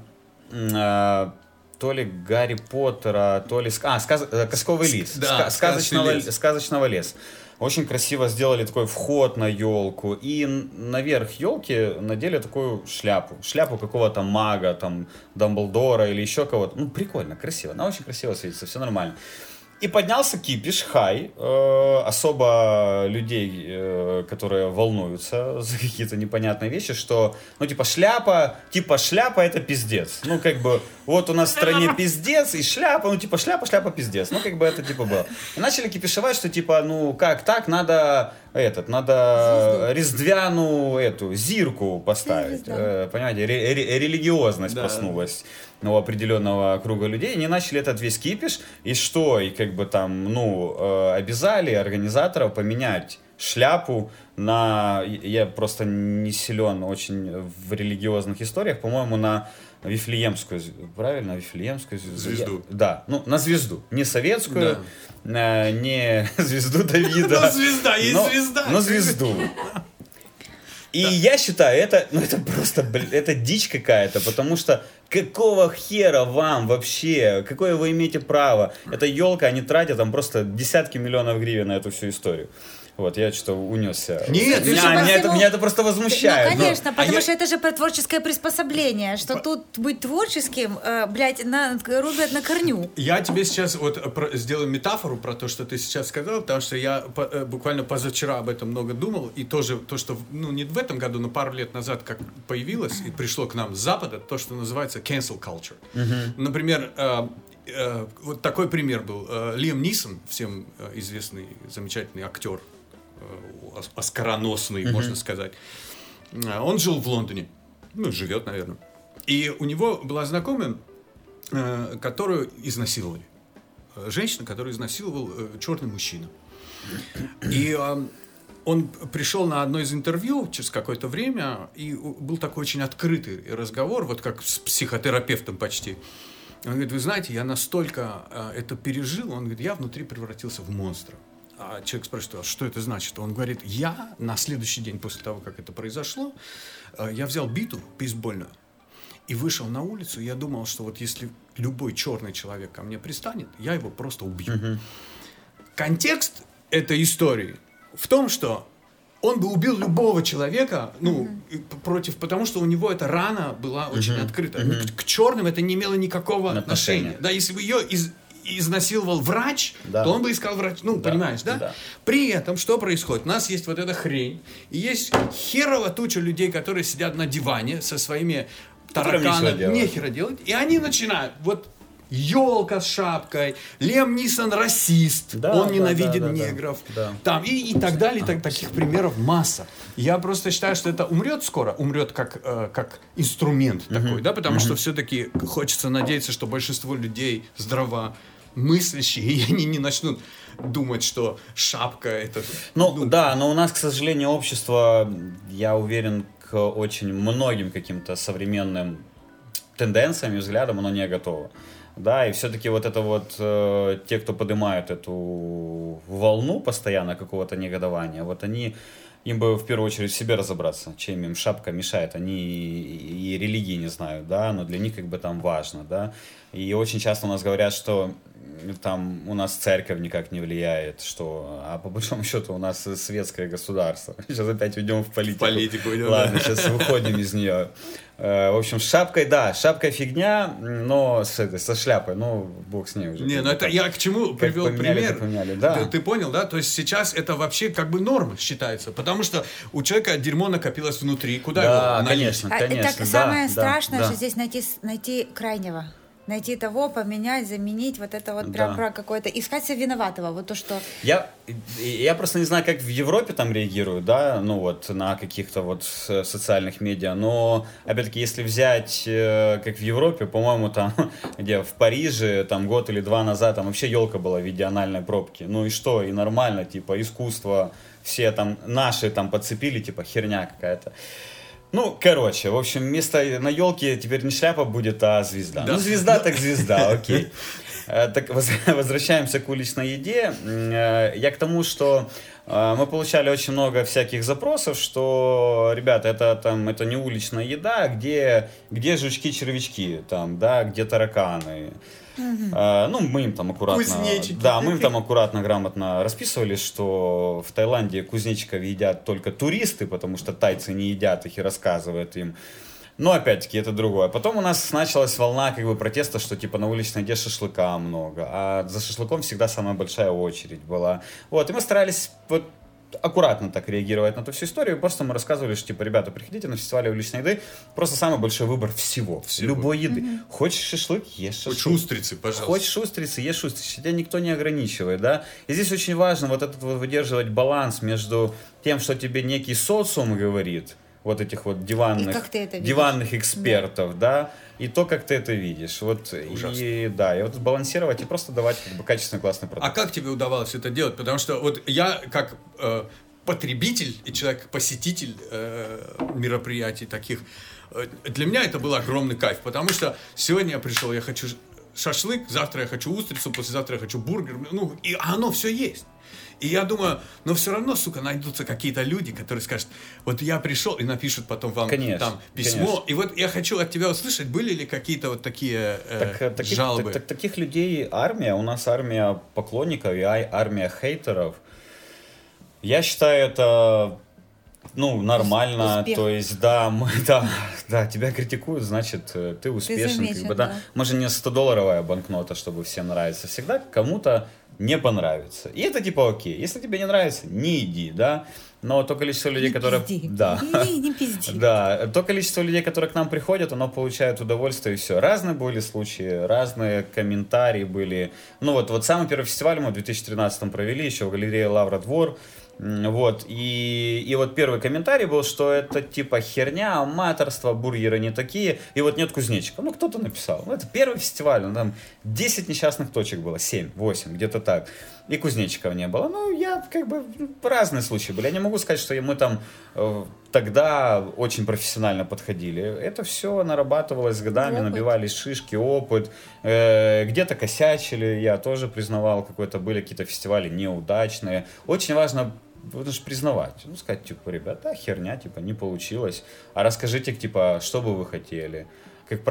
э, то ли Гарри Поттера, то ли... А, сказ... «Косковый лис». Да, Ска- сказочного, лес. сказочного леса. Очень красиво сделали такой вход на елку. И наверх елки надели такую шляпу. Шляпу какого-то мага, там, Дамблдора или еще кого-то. Ну, прикольно, красиво. Она очень красиво светится, все нормально. И поднялся кипиш, хай, э, особо людей, э, которые волнуются за какие-то непонятные вещи, что, ну, типа, шляпа, типа, шляпа — это пиздец. Ну, как бы, вот у нас в стране пиздец, и шляпа, ну, типа, шляпа, шляпа, пиздец. Ну, как бы, это, типа, было. И начали кипишевать, что, типа, ну, как так, надо, этот, надо рездвяну, эту, зирку поставить. Э, понимаете, ре- ре- религиозность да. проснулась у определенного круга людей, они начали этот весь кипиш, и что, и как бы там, ну, э, обязали организаторов поменять шляпу на, я просто не силен очень в религиозных историях, по-моему, на Вифлеемскую, правильно, Вифлеемскую звезду. Я, да, ну, на звезду, не советскую, да. э, не звезду Давида. Но звезда, есть звезда. Но звезду. И да. я считаю, это, ну, это просто, блин, это дичь какая-то, потому что какого хера вам вообще, какое вы имеете право? Это елка, они тратят там просто десятки миллионов гривен на эту всю историю. Вот, я что-то унесся. Нет, меня, меня, меня, это, меня это просто возмущает. Ну, конечно, но... потому а что я... это же про творческое приспособление, что По... тут быть творческим, э, блядь, на, рубят на корню. Я тебе сейчас вот про, сделаю метафору про то, что ты сейчас сказал, потому что я по, буквально позавчера об этом много думал, и тоже то, что, ну, не в этом году, но пару лет назад как появилось и пришло к нам с Запада, то, что называется cancel culture. Uh-huh. Например, э, э, вот такой пример был. Э, Лиам Нисон, всем известный, замечательный актер, оскароносный, uh-huh. можно сказать. Он жил в Лондоне. Ну, живет, наверное. И у него была знакомая, которую изнасиловали. Женщина, которую изнасиловал черный мужчина. И он пришел на одно из интервью через какое-то время, и был такой очень открытый разговор, вот как с психотерапевтом почти. Он говорит, вы знаете, я настолько это пережил, он говорит, я внутри превратился в монстра. А человек спрашивает, а что это значит? Он говорит, я на следующий день после того, как это произошло, я взял биту бейсбольную и вышел на улицу, и я думал, что вот если любой черный человек ко мне пристанет, я его просто убью. Uh-huh. Контекст этой истории в том, что он бы убил любого человека, ну, uh-huh. против, потому что у него эта рана была очень uh-huh. открыта. Uh-huh. К, к черным это не имело никакого отношения. отношения. Да, если бы ее из изнасиловал врач, да. то он бы искал врач. Ну, да. понимаешь, да? да? При этом, что происходит? У нас есть вот эта хрень, и есть херова туча людей, которые сидят на диване со своими тараканами, нехера делать, и они начинают, вот, елка с шапкой, Лиам Нисон расист, да, он да, ненавидит да, да, негров, да. там, и, и так далее, и так, таких примеров масса. Я просто считаю, что это умрет скоро, умрет как, э, как инструмент uh-huh. такой, да, потому uh-huh. что все-таки хочется надеяться, что большинство людей здравомыслящие, и они не начнут думать, что шапка это... Ну, ну да, но у нас, к сожалению, общество, я уверен, к очень многим каким-то современным тенденциям и взглядам оно не готово. Да, и все-таки вот это вот э, те, кто поднимают эту волну постоянно какого-то негодования, вот они, им бы в первую очередь в себе разобраться, чем им шапка мешает, они и, и религии не знают, да, но для них как бы там важно, да, и очень часто у нас говорят, что там у нас церковь никак не влияет, что, а по большому счету у нас светское государство. Сейчас опять уйдем в политику. В политику идем, Ладно, да. сейчас выходим из нее. В общем, с шапкой, да, шапка фигня, но с этой, со шляпой, ну, бог с ней уже. Не, ну это я к чему привел поменяли, пример. Поменяли, да. ты, ты понял, да? То есть сейчас это вообще как бы норма считается, потому что у человека дерьмо накопилось внутри, куда да, его конечно, а, конечно, так да, самое да, страшное, да. что здесь найти, найти крайнего. Найти того, поменять, заменить, вот это вот прям да. про какое-то... Искать себя виноватого, вот то, что... Я, я просто не знаю, как в Европе там реагируют, да, ну вот, на каких-то вот социальных медиа, но, опять-таки, если взять, как в Европе, по-моему, там, где, в Париже, там, год или два назад, там вообще елка была в виде анальной пробки, ну и что, и нормально, типа, искусство, все там, наши там подцепили, типа, херня какая-то. Ну, короче, в общем, вместо на елке теперь не шляпа будет, а звезда. Да. Ну, звезда так звезда, окей. Так, возвращаемся к уличной еде. Я к тому, что мы получали очень много всяких запросов, что, ребята, это, там, это не уличная еда, где, где жучки-червячки, там, да, где тараканы. Uh-huh. А, ну, мы им там аккуратно... Кузнечики. Да, мы им там аккуратно, грамотно расписывали, что в Таиланде кузнечиков едят только туристы, потому что тайцы не едят их и рассказывают им. Но, опять-таки, это другое. Потом у нас началась волна как бы протеста, что типа на уличной еде шашлыка много, а за шашлыком всегда самая большая очередь была. Вот, и мы старались вот аккуратно так реагировать на эту всю историю. Просто мы рассказывали, что, типа, ребята, приходите на фестиваль уличной еды, просто самый большой выбор всего, всего. Любой еды. Mm-hmm. Хочешь шашлык, ешь шашлык. Хочешь устрицы, пожалуйста. Хочешь устрицы, ешь устрицы. Тебя никто не ограничивает, да. И здесь очень важно вот этот вот выдерживать баланс между тем, что тебе некий социум говорит, вот этих вот диванных, диванных экспертов, да. да, и то, как ты это видишь. Вот, и, да, и вот балансировать и просто давать как бы качественный, классный продукт. А как тебе удавалось это делать? Потому что вот я как э, потребитель и человек-посетитель э, мероприятий таких, э, для меня это был огромный кайф, потому что сегодня я пришел, я хочу шашлык, завтра я хочу устрицу, послезавтра я хочу бургер. Ну, и оно все есть. И я думаю, но все равно, сука, найдутся какие-то люди, которые скажут, вот я пришел, и напишут потом вам конечно, там письмо. Конечно. И вот я хочу от тебя услышать, были ли какие-то вот такие э, так, таких, жалобы? Так, так, таких людей армия, у нас армия поклонников и армия хейтеров. Я считаю, это... Ну, нормально, Успех. То есть, да, мы, да, да, тебя критикуют, значит, ты успешен. Ты замечен, как бы, да. да. Мы же не сто-долларовая банкнота, чтобы всем нравиться. Всегда кому-то не понравится. И это типа окей. Если тебе не нравится, не иди, да. Но то количество людей, не которые... Пизди. Да. Не, не пизди. Да, то количество людей, которые к нам приходят, оно получает удовольствие и все. Разные были случаи, разные комментарии были. Ну вот, вот самый первый фестиваль мы в две тысячи тринадцатом провели еще в галерее Лавра Двор. Вот, и, и вот первый комментарий был, что это типа херня, аматорство, бургеры не такие, и вот нет кузнечика. Ну, кто-то написал. Ну, это первый фестиваль, ну, там десять несчастных точек было, семь, восемь, где-то так. И кузнечиков не было. Ну, я как бы, разные случаи были. Я не могу сказать, что мы там э, тогда очень профессионально подходили. Это все нарабатывалось с годами, опыт. Набивались шишки, опыт. Э, где-то косячили, я тоже признавал, какой-то были какие-то фестивали неудачные. Очень важно будешь признавать, ну, сказать, типа, ребята, херня, типа, не получилось, а расскажите, типа, что бы вы хотели. Как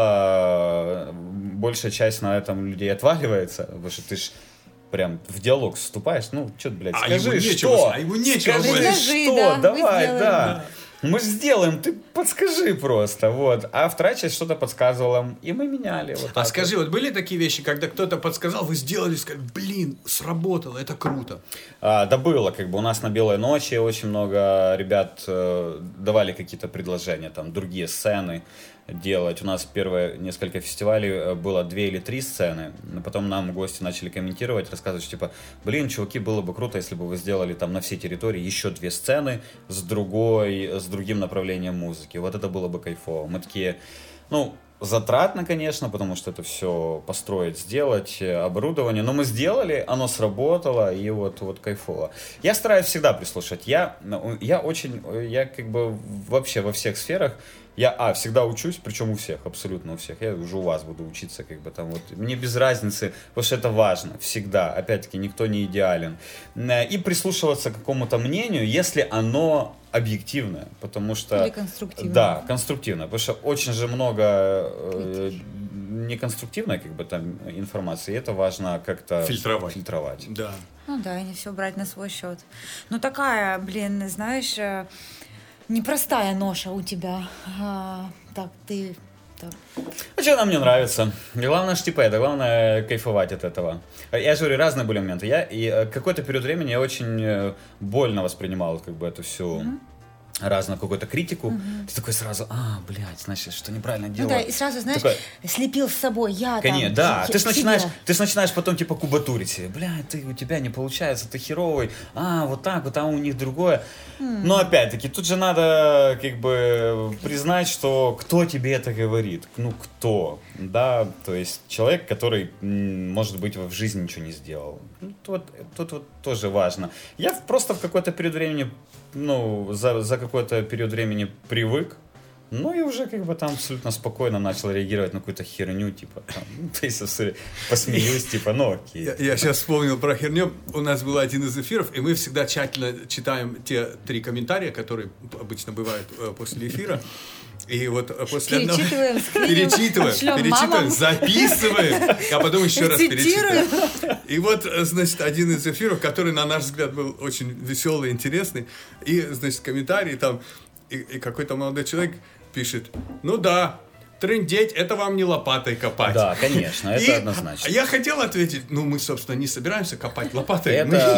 правило, большая часть на этом людей отваливается, потому что ты ж прям в диалог вступаешь, ну, что ты, блядь, а скажи, ему что? Нечего, а ему нечего скажи, говорить. что, да, давай, мы да. Мы же сделаем, ты подскажи просто, вот. А вторая часть что-то подсказывала, и мы меняли. Вот а скажи, вот. вот были такие вещи, когда кто-то подсказал, вы сделали, сказали, блин, сработало, это круто. А, да было, как бы у нас на Белой ночи очень много ребят э, давали какие-то предложения, там, другие сцены делать. У нас первые несколько фестивалей было две или три сцены, потом нам гости начали комментировать, рассказывать, что типа, блин, чуваки, было бы круто, если бы вы сделали там на всей территории еще две сцены с другой, с другим направлением музыки. Вот это было бы кайфово. Мы такие, ну, затратно, конечно, потому что это все построить, сделать, оборудование, но мы сделали, оно сработало, и вот, вот кайфово. Я стараюсь всегда прислушать. Я, я очень, я как бы вообще во всех сферах, я, а, всегда учусь, причем у всех, абсолютно у всех. Я уже у вас буду учиться, как бы там вот. Мне без разницы, потому что это важно, всегда. Опять-таки, никто не идеален. И прислушиваться к какому-то мнению, если оно объективное, потому что... Или конструктивное. Да, конструктивное, потому что очень же много э, неконструктивной, как бы там, информации, и это важно как-то фильтровать. фильтровать. Да. Ну да, и не все брать на свой счет. Ну такая, блин, знаешь... Непростая ноша у тебя. А, так, ты... Так. А что нам не нравится? Главное ж типа это, главное кайфовать от этого. Я же говорю, разные были моменты. Я и какой-то период времени я очень больно воспринимал как бы эту всю... Mm-hmm. разную какую-то критику, mm-hmm. ты такой сразу, а, блядь, значит, что неправильно делал. Ну да, и сразу, знаешь, такой, слепил с собой, я конечно, там... да, хи- ты ж начинаешь, себя. ты ж начинаешь потом, типа, кубатурить себе, блядь, ты, у тебя не получается, ты херовый, а, вот так, вот там у них другое. Mm. Но, опять-таки, тут же надо, как бы, признать, что кто тебе это говорит, ну, кто, да, то есть человек, который, может быть, в жизни ничего не сделал. Ну, тут, тут вот тоже важно. Я просто в какой-то период времени, ну, за, за какой-то период времени привык, ну и уже как бы там абсолютно спокойно начал реагировать на какую-то херню, типа, там, ну, то есть посмеюсь, типа, ну окей. Я, я сейчас вспомнил про херню. У нас был один из эфиров, и мы всегда тщательно читаем те три комментария, которые обычно бывают э, после эфира. И вот после одного... Перечитываем, скриним, перечитываем, шлем перечитываем, мамам. записываем, а потом еще раз Цитируем. перечитываем. И вот, значит, один из эфиров, который, на наш взгляд, был очень веселый, интересный, и, значит, комментарий там, и, и какой-то молодой человек пишет, ну да, трындеть, это вам не лопатой копать. Да, конечно, это и однозначно. Я хотел ответить, ну мы, собственно, не собираемся копать лопатой. Это, Мы...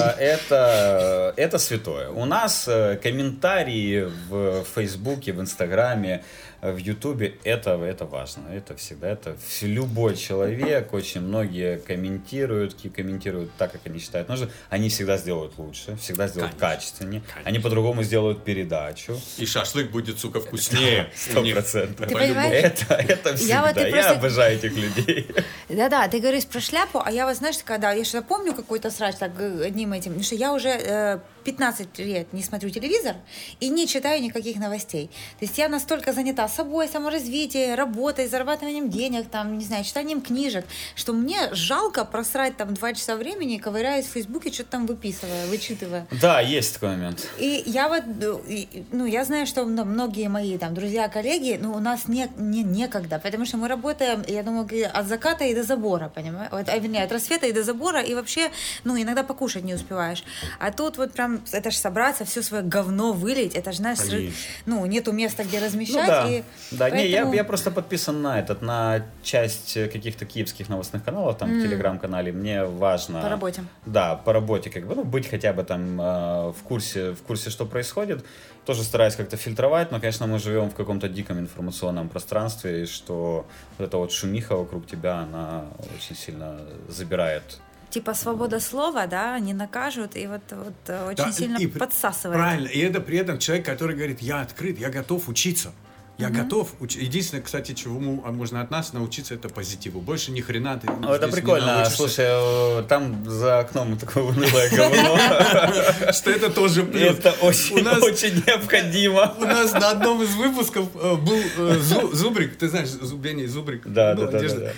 это, это святое. У нас комментарии в Фейсбуке, в Инстаграме, в Ютубе, это, это важно. Это всегда, это любой человек, очень многие комментируют, комментируют так, как они считают нужным. Они всегда сделают лучше, всегда сделают Конечно. качественнее. Конечно. Они по-другому сделают передачу. И шашлык будет, сука, вкуснее. Сто процентов. Ты понимаешь? Это, это всегда. Я Я, вот и просто- обожаю этих людей. Да-да, ты говоришь про шляпу, а я вот, знаешь, когда я что-то помню какой-то срач так э, одним этим, потому что я уже э, пятнадцать лет не смотрю телевизор и не читаю никаких новостей. То есть я настолько занята занята собой, саморазвитием, работой, зарабатыванием денег, там, не знаю, читанием книжек, что мне жалко просрать там два часа времени, ковыряясь в Фейсбуке, что-то там выписывая, вычитывая. Да, есть такой момент. И я вот, ну, я знаю, что ну, многие мои там друзья, коллеги, ну, у нас не, не, некогда, потому что мы работаем, я думаю, от заката и до забора, понимаешь? Вот, а, вернее, от рассвета и до забора, и вообще, ну, иногда покушать не успеваешь. А тут вот прям, это ж собраться, все свое говно вылить, это же, знаешь, сры... ну, нету места, где размещать. Ну, да, и да. поэтому... Не, я, я просто подписан на этот, на часть каких-то киевских новостных каналов, там, mm. в телеграм-канале, мне важно... По работе. Да, по работе, как бы, ну, быть хотя бы там э, в курсе, в курсе, что происходит. Тоже стараюсь как-то фильтровать, но, конечно, мы живем в каком-то диком информационном пространстве, и что вот эта вот шумиха вокруг тебя, она очень сильно забирает. Типа свобода слова, да, не накажут, и вот, вот очень да, сильно и, подсасывает. Правильно, и это при этом человек, который говорит, я открыт, я готов учиться. Я mm-hmm. готов. Уч... Единственное, кстати, чему можно от нас научиться, это позитиву. Больше ни хрена ты ну, это прикольно. Слушай, там за окном такое унылое говно. Что это тоже плюс. Это очень необходимо. У нас на одном из выпусков был Зубрик. Ты знаешь, Евгений Зубрик? Да, да, да.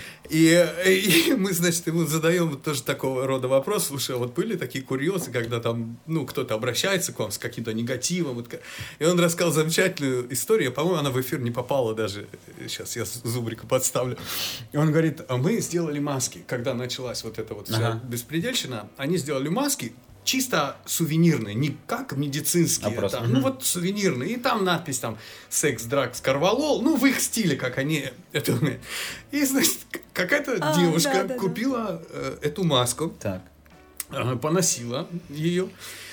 И мы, значит, ему задаем тоже такого рода вопрос. Слушай, вот были такие курьезы, когда там, ну, кто-то обращается к вам с каким-то негативом. И он рассказал замечательную историю. По-моему, она в эфир не попала даже. Сейчас я Зубрика подставлю. И он говорит, мы сделали маски. Когда началась вот эта вот вся ага. беспредельщина, они сделали маски чисто сувенирные, не как медицинские, а там, ну вот сувенирные. И там надпись там секс, дракс, корвалол, ну в их стиле, как они это умеют. И, значит, какая-то а, девушка да, да, купила да. Э, эту маску, так. э, поносила ее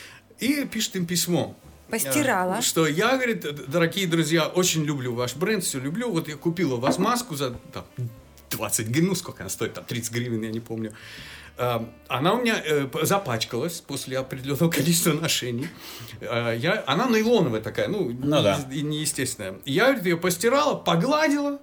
и пишет им письмо. Постирала. Что я, говорит, дорогие друзья, очень люблю ваш бренд, все люблю. Вот я купила у вас маску за там, двадцать гривен, ну сколько она стоит, там тридцать гривен, я не помню. Она у меня э, запачкалась после определенного количества ношений. Я, она нейлоновая такая, ну, ну да. не, неестественная. Я, говорит, ее постирала, погладила.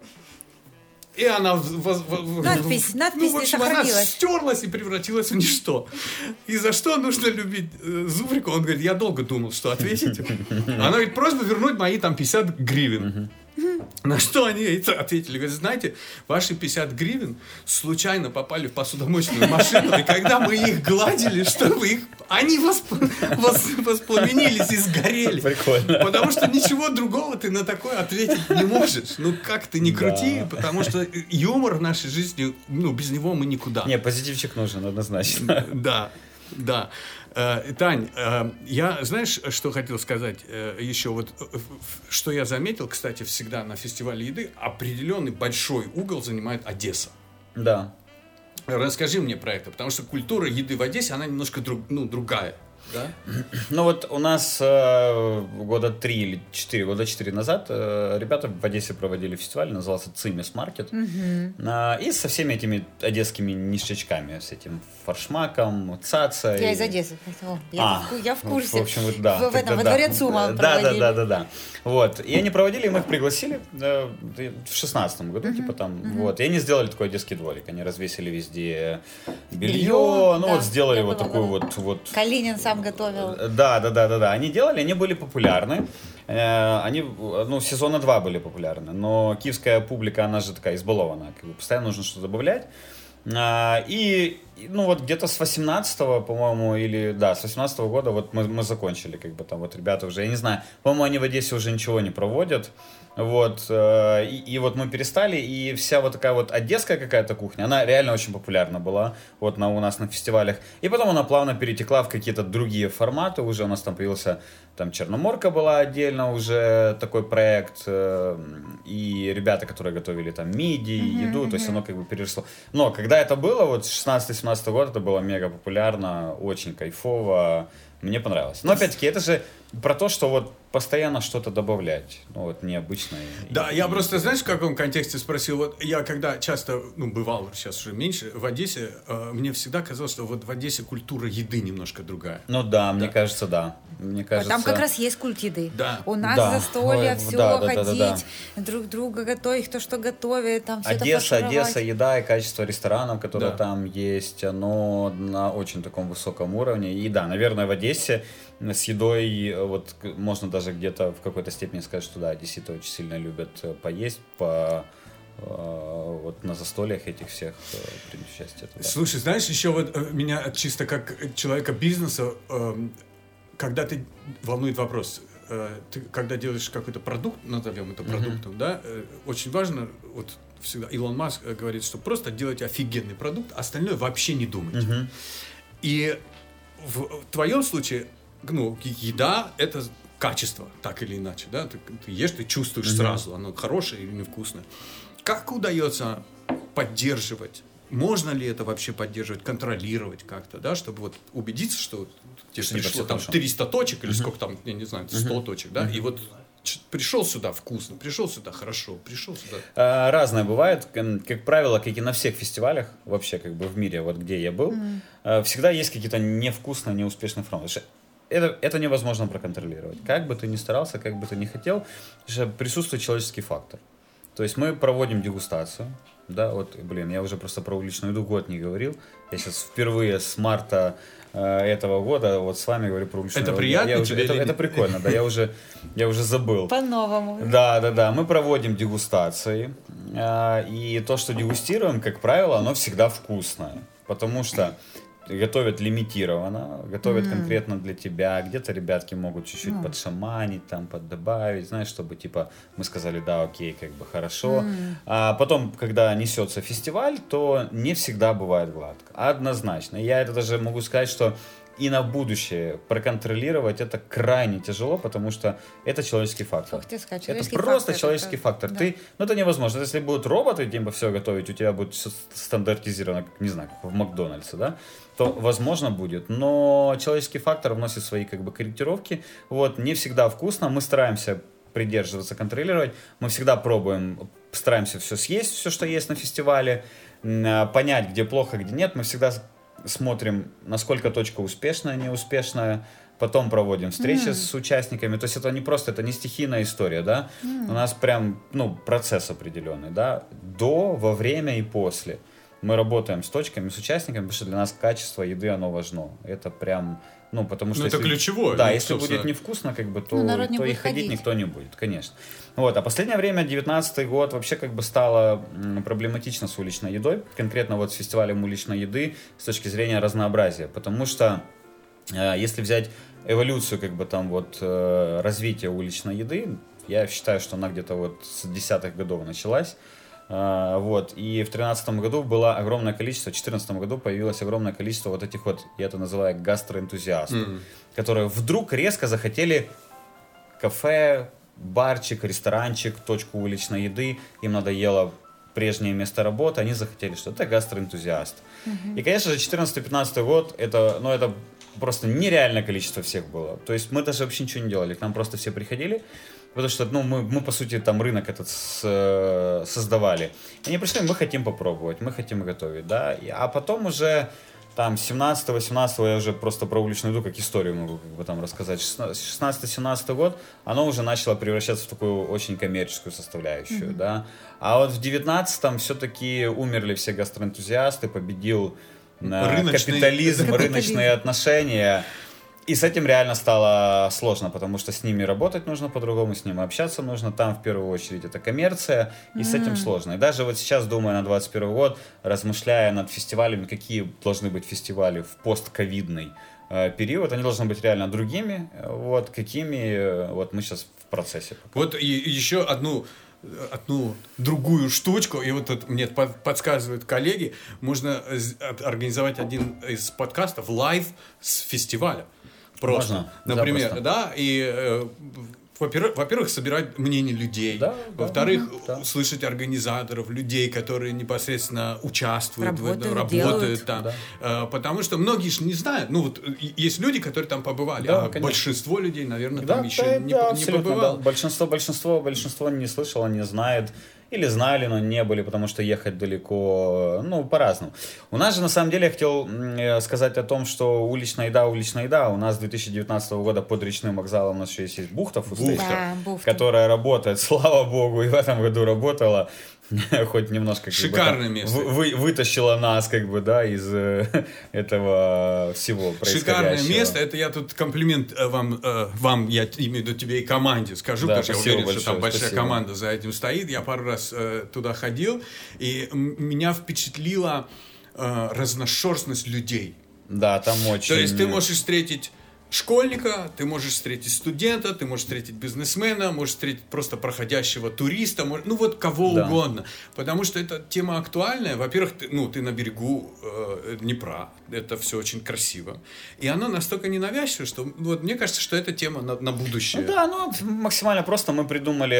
И она... Надпись, в, надпись ну, в общем, не сохранилась. Она стерлась и превратилась в ничто. И за что нужно любить э, Зубрика? Он говорит, я долго думал, что ответить. Она говорит, просьба вернуть мои там пятьдесят гривен. На что они ответили? Говорят, знаете, ваши пятьдесят гривен случайно попали в посудомоечную машину, и когда мы их гладили, чтобы их... Они восп... вос... воспламенились и сгорели. Прикольно. Потому что ничего другого ты на такое ответить не можешь. Ну, как ты ни крути, да. Потому что юмор в нашей жизни, ну, без него мы никуда. Не, позитивчик нужен, однозначно. Да, да. Тань, я, знаешь, что хотел сказать еще? Вот, что я заметил, кстати, всегда на фестивале еды определенный большой угол занимает Одесса. Да. Расскажи мне про это, потому что культура еды в Одессе, она немножко друг, ну, другая. Да? Ну вот у нас э, года три или четыре, года четыре назад э, ребята в Одессе проводили фестиваль, назывался Цимес Маркет, mm-hmm. э, и со всеми этими одесскими ништячками, с этим форшмаком, цаца. Я и... из Одессы, я, а, в, я в курсе. В общем, вот, да. В, в этом, во да, дворе ЦУМа да, проводили. Да, да, да, да, да. Вот. И они проводили, и мы их пригласили э, в шестнадцатом году, mm-hmm. типа там, mm-hmm. вот. И они сделали такой одесский дворик, они развесили везде белье, белье ну да, вот сделали вот была, такую вот, вот... Калинин сам готовил. Да, да, да, да, да. Они делали, они были популярны. Э, они, ну, сезона два были популярны. Но киевская публика, она же такая избалованная. Как бы постоянно нужно что-то добавлять. Э, и, ну, вот где-то с восемнадцатого, по-моему, или, да, с восемнадцатого года вот мы, мы закончили, как бы там вот ребята уже, я не знаю, по-моему, они в Одессе уже ничего не проводят. Вот, э, и, и вот мы перестали, и вся вот такая вот одесская какая-то кухня, она реально очень популярна была вот на, у нас на фестивалях. И потом она плавно перетекла в какие-то другие форматы, уже у нас там появился, там Черноморка была отдельно уже такой проект, э, и ребята, которые готовили там мидии, mm-hmm, еду, mm-hmm. то есть оно как бы переросло. Но когда это было, вот с шестнадцатого-семнадцатого года, это было мега популярно, очень кайфово, мне понравилось. Но опять-таки, это же про то, что вот постоянно что-то добавлять, ну вот необычное. Да, и, я и... просто, знаешь, в каком контексте спросил? Вот я когда часто, ну, бывал, сейчас уже меньше, в Одессе, э, мне всегда казалось, что вот в Одессе культура еды немножко другая. Ну да, да. мне кажется, да. Мне кажется... Там как раз есть культ еды. Да. У нас да. застолья, Ой, все, да, да, ходить, да, да, да. друг друга готовить, кто что готовит, там все Одесса, это Одесса, еда и качество ресторанов, которые да. там есть, оно на очень таком высоком уровне. И да, наверное, в Одессе Одессе с едой, вот можно даже где-то в какой-то степени сказать, что да, одесситы очень сильно любят поесть, по вот на застольях этих всех принять участие. Туда. Слушай, знаешь, еще вот меня чисто как человека бизнеса, когда ты волнует вопрос, ты когда делаешь какой-то продукт, назовем это продуктом, uh-huh. да, очень важно, вот всегда Илон Маск говорит, что просто делайте офигенный продукт, остальное вообще не думайте. Uh-huh. И в, в твоем случае, ну, еда — это качество, так или иначе, да, ты, ты ешь, ты чувствуешь uh-huh. сразу, оно хорошее или невкусное. Как удается поддерживать? Можно ли это вообще поддерживать, контролировать как-то, да, чтобы вот убедиться, что тебе пришло там триста точек или uh-huh. сколько там, я не знаю, сто uh-huh. точек, да, uh-huh. и вот пришел сюда вкусно, пришел сюда хорошо, пришел сюда. А, разное бывает, как правило, как и на всех фестивалях вообще как бы в мире, вот где я был, uh-huh. всегда есть какие-то невкусные, неуспешные формы. Это, это невозможно проконтролировать. Как бы ты ни старался, как бы ты ни хотел, присутствует человеческий фактор. То есть мы проводим дегустацию, да, вот, блин, я уже просто про уличную еду год не говорил, я сейчас впервые с марта э, этого года вот с вами говорю про уличную еду. Это еду. приятно я тебе? Уже, это, это прикольно, да, я уже, я уже забыл. По-новому. Да, да, да, мы проводим дегустации, э, и то, что дегустируем, как правило, оно всегда вкусное, потому что готовят лимитированно, готовят mm. конкретно для тебя. Где-то ребятки могут чуть-чуть mm. подшаманить, там, поддобавить, знаешь, чтобы, типа, мы сказали, да, окей, как бы хорошо. Mm. А потом, когда несется фестиваль, то не всегда бывает гладко. Однозначно. Я это даже могу сказать, что и на будущее проконтролировать это крайне тяжело, потому что это человеческий фактор. Ух ты, сказать, это просто фактор, человеческий это... фактор. Да. Ты, ну это невозможно. Если будут роботы типа все готовить, у тебя будет все стандартизировано, не знаю, как в Макдональдсе, да, то возможно будет. Но человеческий фактор вносит свои как бы корректировки. Вот, не всегда вкусно. Мы стараемся придерживаться, контролировать. Мы всегда пробуем, стараемся все съесть, все, что есть на фестивале, понять, где плохо, где нет. Мы всегда смотрим, насколько точка успешная, неуспешная, потом проводим встречи mm. с участниками. То есть это не просто, это не стихийная история, да. Mm. У нас прям, ну, процесс определенный, да. До, во время и после. Мы работаем с точками, с участниками, потому что для нас качество еды, оно важно. Это прям, ну, потому что... Ну, это если, ключевое. Да, ну, если собственно. будет невкусно, как бы, то, ну, то и ходить ходить никто не будет, конечно. Вот, а последнее время, девятнадцатый год, вообще как бы стало проблематично с уличной едой, конкретно вот с фестивалем уличной еды с точки зрения разнообразия, потому что э, если взять эволюцию, как бы там вот э, развития уличной еды, я считаю, что она где-то вот с десятых годов началась. Uh, вот, и в тринадцатом году было огромное количество, в четырнадцатом году появилось огромное количество вот этих вот, я это называю гастроэнтузиастов, mm-hmm. которые вдруг резко захотели кафе, барчик, ресторанчик, точку уличной еды, им надоело прежнее место работы, они захотели, что это гастроэнтузиаст. Mm-hmm. И, конечно же, четырнадцатый-пятнадцатый год, это, ну, это просто нереальное количество всех было. То есть мы даже вообще ничего не делали, к нам просто все приходили, потому что, ну, мы, мы по сути, там рынок этот с, создавали. И они пришли, мы хотим попробовать, мы хотим готовить, да. И, а потом уже, там, семнадцатого-восемнадцатого я уже просто про уличную еду как историю могу как бы там рассказать. шестнадцатый-семнадцатый год, оно уже начало превращаться в такую очень коммерческую составляющую, mm-hmm. да. А вот в девятнадцатом все-таки умерли все гастроэнтузиасты, победил рыночный, капитализм, капитализм, рыночные отношения. И с этим реально стало сложно, потому что с ними работать нужно по-другому, с ними общаться нужно. Там в первую очередь это коммерция, и mm. с этим сложно. И даже вот сейчас, думая на двадцать первый год, размышляя над фестивалями, какие должны быть фестивали в постковидный э, период, они должны быть реально другими, вот, какими э, вот мы сейчас в процессе. Вот и еще одну... одну другую штучку, и вот тут мне подсказывают коллеги, можно организовать один из подкастов лайв с фестиваля. Просто, можно, например, запросто. Да, и э, во-первых, во-первых, собирать мнение людей, да, во-вторых, да, да. слышать организаторов, людей, которые непосредственно участвуют, работают, в, работают там, да. потому что многие же не знают, ну вот есть люди, которые там побывали, да, а конечно. Большинство людей, наверное, да, там еще да, не, да, не побывало. Да. Большинство, большинство, большинство не слышало, не знает. Или знали, но не были, потому что ехать далеко, ну, по-разному. У нас же, на самом деле, я хотел сказать о том, что уличная еда, уличная еда. У нас с две тысячи девятнадцатого года под речным вокзалом у нас еще есть, есть бухта, Фустейшер, да, которая работает, слава богу, и в этом году работала. хоть немножко... Шикарное бы, место. Вы, вытащило нас, как бы, да, из этого всего происходящего. Шикарное место. Это я тут комплимент вам, вам я имею в виду тебе и команде скажу, да, потому что я уверен, большое, что там большая спасибо. команда за этим стоит. Я пару раз э, туда ходил, и меня впечатлила э, разношерстность людей. Да, там очень... То есть ты можешь встретить школьника, ты можешь встретить студента, ты можешь встретить бизнесмена, можешь встретить просто проходящего туриста, ну вот кого да. угодно. Потому что эта тема актуальная. Во-первых, ты, ну, ты на берегу э, Днепра, это все очень красиво. И оно настолько ненавязчиво, что вот, мне кажется, что это тема на, на будущее. Ну да, ну максимально просто. Мы придумали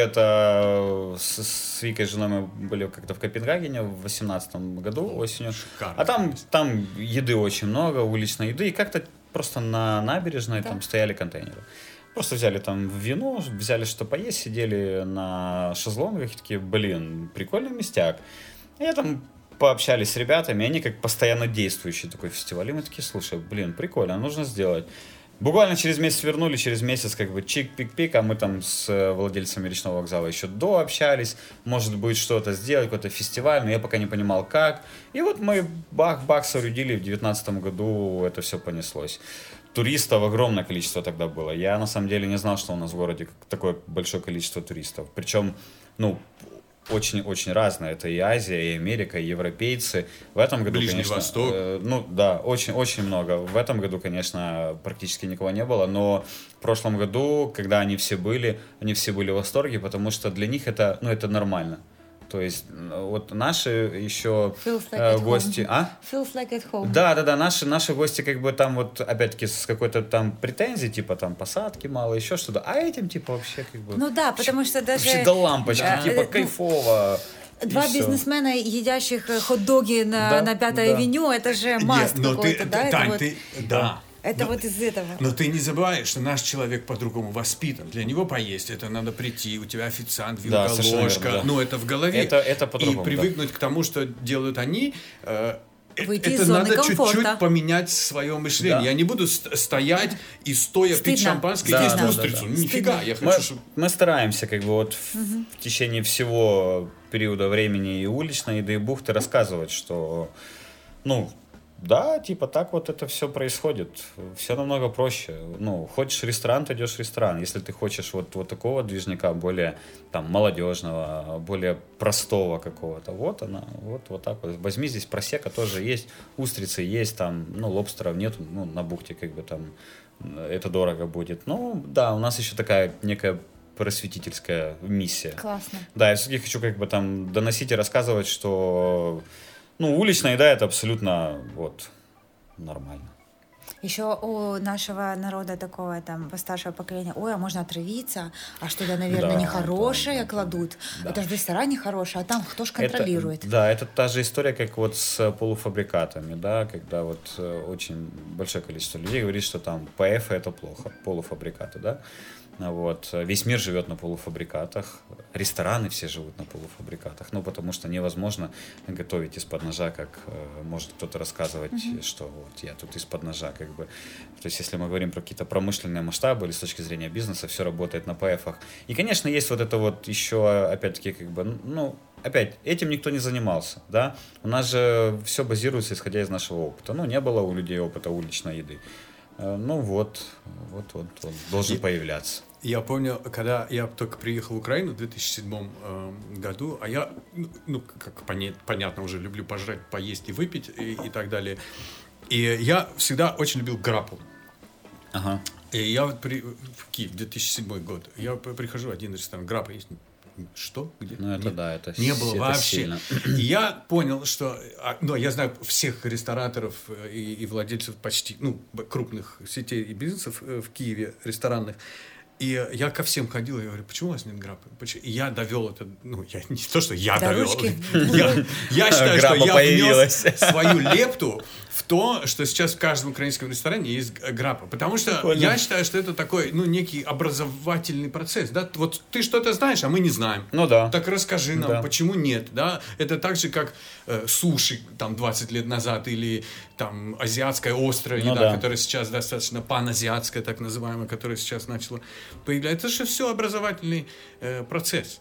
это с, с Викой, женой, мы были как-то в Копенгагене в восемнадцатом году осенью. Шикарно. А там, там еды очень много, уличной еды, и как-то просто на набережной да. там стояли контейнеры. Просто взяли там вино, взяли что поесть, сидели на шезлонгах и такие, блин, прикольный местяк. И там пообщались с ребятами, они как постоянно действующий такой фестиваль. И мы такие, слушай, блин, прикольно, нужно сделать. Буквально через месяц вернули, через месяц как бы чик-пик-пик, а мы там с владельцами речного вокзала еще до общались, может быть что-то сделать, какой-то фестиваль, но я пока не понимал как. И вот мы бах-бах соорудили, в девятнадцатом году это все понеслось. Туристов огромное количество тогда было. Я на самом деле не знал, что у нас в городе такое большое количество туристов. Причем, ну, очень-очень разные. Это и Азия, и Америка, и европейцы. В этом году, Ближний конечно... Восток. Э, ну, да, очень-очень много. В этом году, конечно, практически никого не было, но в прошлом году, когда они все были, они все были в восторге, потому что для них это, ну, это нормально. То есть вот наши еще like э, гости... Home. А? Feels like at home. Да, да, да, наши, наши гости как бы там вот опять-таки с какой-то там претензией, типа там посадки мало, еще что-то. А этим типа вообще как бы... Ну да, потому что даже... Вообще до лампочки, да. типа ну, кайфово. Два бизнесмена, едящих хот-доги на, да, на Пятой да. авеню, это же маст Нет, какой-то, ты, да? Ты, это Тань, вот... ты, да. Это но, вот из этого. Но ты не забываешь, что наш человек по-другому воспитан. Для него поесть, это надо прийти, у тебя официант, вилка, да, ложка. Да. Ну, это в голове. Это, это и привыкнуть да. к тому, что делают они, э, Выйти это из зоны надо комфорта. чуть-чуть поменять свое мышление. Да. Я не буду стоять и стоя Стыдно. пить шампанское да, и есть да, устрицу. Да, да. Нифига, Стыдно. я хочу, мы, чтобы... мы стараемся как бы вот угу. в, в течение всего периода времени и уличной еды, и бухты рассказывать, что, ну, да, типа так вот это все происходит. Все намного проще. Ну, хочешь ресторан, ты идешь в ресторан. Если ты хочешь вот, вот такого движника, более там молодежного, более простого какого-то, вот она, вот, вот так вот. Возьми здесь просека тоже есть, устрицы есть, там, ну, лобстеров нету, ну, на бухте как бы там это дорого будет. Ну, да, у нас еще такая некая просветительская миссия. Классно. Да, я все-таки хочу как бы там доносить и рассказывать, что ну, уличная еда это абсолютно вот нормально. Еще у нашего народа такого там постаршего поколения, ой, а можно отравиться, а что то, наверное, да, нехорошее да, кладут. Да. Это же в ресторане хорошее, а там кто ж контролирует? Это, да, это та же история, как вот с полуфабрикатами, да, когда вот очень большое количество людей говорит, что там ПФ это плохо, полуфабрикаты, да. Вот. Весь мир живет на полуфабрикатах, рестораны все живут на полуфабрикатах, ну, потому что невозможно готовить из-под ножа, как э, может кто-то рассказывать, mm-hmm. что вот я тут из-под ножа, как бы. То есть, если мы говорим про какие-то промышленные масштабы или с точки зрения бизнеса, все работает на ПФах. И, конечно, есть вот это вот еще, опять-таки, как бы, ну, опять, этим никто не занимался, да. У нас же все базируется, исходя из нашего опыта. Ну, не было у людей опыта уличной еды. Ну вот, вот, вот, он должен и, появляться. Я помню, когда я только приехал в Украину в две тысячи седьмом э, году, а я, ну, как понятно, уже люблю пожрать, поесть и выпить и, и так далее. И я всегда очень любил грапу. Ага. И я вот при, в Киев, две тысячи седьмой год, я прихожу в один ресторан, грапа есть. Что? Где? Ну, это Нет, да, это не было это вообще. Сильно. И я понял, что... Ну, я знаю всех рестораторов и, и владельцев почти, ну, крупных сетей и бизнесов в Киеве, ресторанных. И я ко всем ходил, и говорю, почему у вас нет граппы? И я довел это, ну, я, не то, что я До довел. ручки. Я, я считаю, Граппа что я появилась. внес свою лепту в то, что сейчас в каждом украинском ресторане есть граппа. Потому что Прикольно. Я считаю, что это такой, ну, некий образовательный процесс. Да? Вот ты что-то знаешь, а мы не знаем. Ну да. Так расскажи нам, да. почему нет. Да? Это так же, как э, суши там, двадцать лет назад или там, азиатская острая ну, еда, да. которая сейчас достаточно паназиатская, так называемая, которая сейчас начала появляться. Это же все образовательный э, процесс.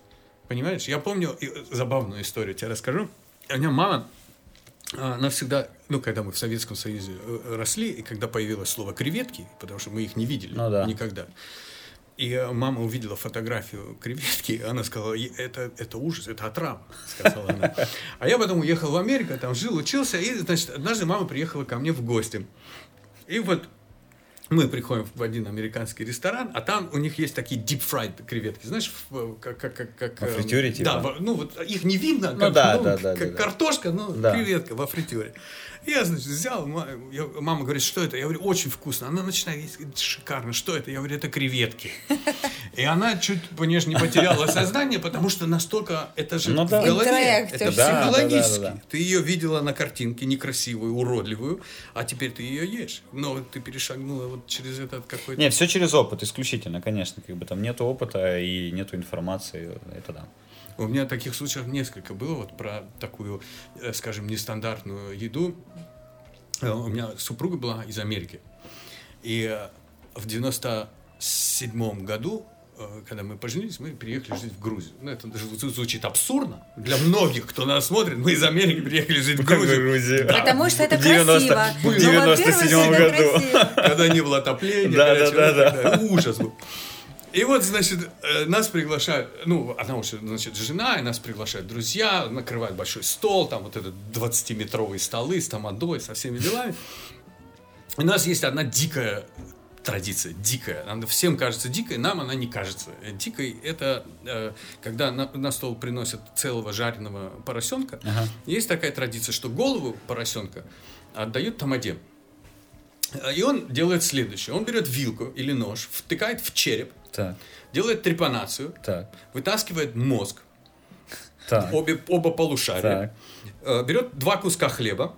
Понимаешь? Я помню забавную историю, тебе расскажу. У меня мама, она всегда, ну, когда мы в Советском Союзе росли, и когда появилось слово «креветки», потому что мы их не видели ну, да. никогда, и мама увидела фотографию креветки, она сказала, это, это ужас, это отрава, сказала она. А я потом уехал в Америку, там жил, учился, и, значит, однажды мама приехала ко мне в гости. И вот мы приходим в один американский ресторан, а там у них есть такие deep-fried креветки, знаешь, как... как, как, как во фритюре, типа? Да, ну вот их не видно, как, ну, да, ну, да, да, как да, картошка, но да. креветка во фритюре. Я, значит, взял, я, мама говорит, что это? Я говорю, очень вкусно. Она начинает есть, говорит, шикарно. Что это? Я говорю, это креветки. И она чуть, понимаешь, не потеряла сознание, потому что настолько, это же ну, в да. голове, это да, психологически. Да, да, да, да. Ты ее видела на картинке, некрасивую, уродливую, а теперь ты ее ешь. Но ты перешагнула вот через этот какой-то... Нет, все через опыт, исключительно, конечно. Как бы там нету опыта и нету информации, это да. У меня таких случаев несколько было, вот про такую, скажем, нестандартную еду. У меня супруга была из Америки. И в девяносто седьмом году, когда мы поженились, мы переехали жить в Грузию. Ну, это даже звучит абсурдно. Для многих, кто нас смотрит, мы из Америки приехали жить в Грузию. Грузию. Да. Потому что это красиво. В девяносто седьмом году. Когда не было отопления. Да, да, да. Ужас был. И вот, значит, нас приглашают, ну, она уже, значит, жена, и нас приглашают друзья, накрывают большой стол, там вот этот двадцатиметровые столы с тамадой, со всеми делами. У нас есть одна дикая традиция, дикая. Нам всем кажется дикой, нам она не кажется. Дикой это, когда на, на стол приносят целого жареного поросенка, ага. Есть такая традиция, что голову поросенка отдают тамаде. И он делает следующее. Он берет вилку или нож, втыкает в череп, так. делает трепанацию, так. вытаскивает мозг, так. Обе, оба полушария, так. берет два куска хлеба,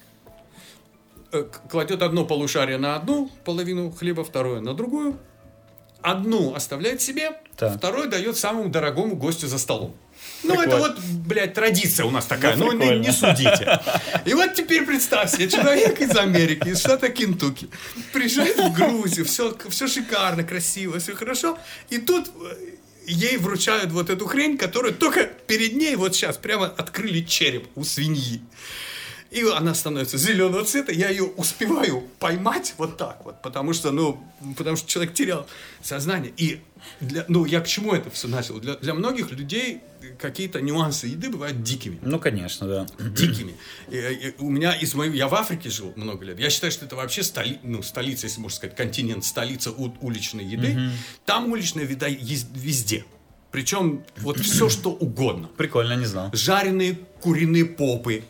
кладет одно полушарие на одну половину хлеба, второе на другую, одну оставляет себе, так. второй дает самому дорогому гостю за столом. Ну, прикольно. Это вот, блядь, традиция у нас такая, ну, ну не, не судите. И вот теперь представь себе, человек из Америки, из штата Кентукки, приезжает в Грузию, все, все шикарно, красиво, все хорошо, и тут ей вручают вот эту хрень, которую только перед ней вот сейчас прямо открыли череп у свиньи. И она становится зеленого цвета, я ее успеваю поймать вот так вот, потому что, ну, потому что человек терял сознание. И, для, ну, я к чему это все начал? Для, для многих людей какие-то нюансы еды бывают дикими. Ну, конечно, да. Дикими. И, и у меня из моего... Я в Африке жил много лет. Я считаю, что это вообще столи, ну, столица, если можно сказать, континент, столица у, уличной еды. Mm-hmm. Там уличная еда есть везде. Причем вот все, что угодно. Прикольно, не знал. Жареные куриные попы,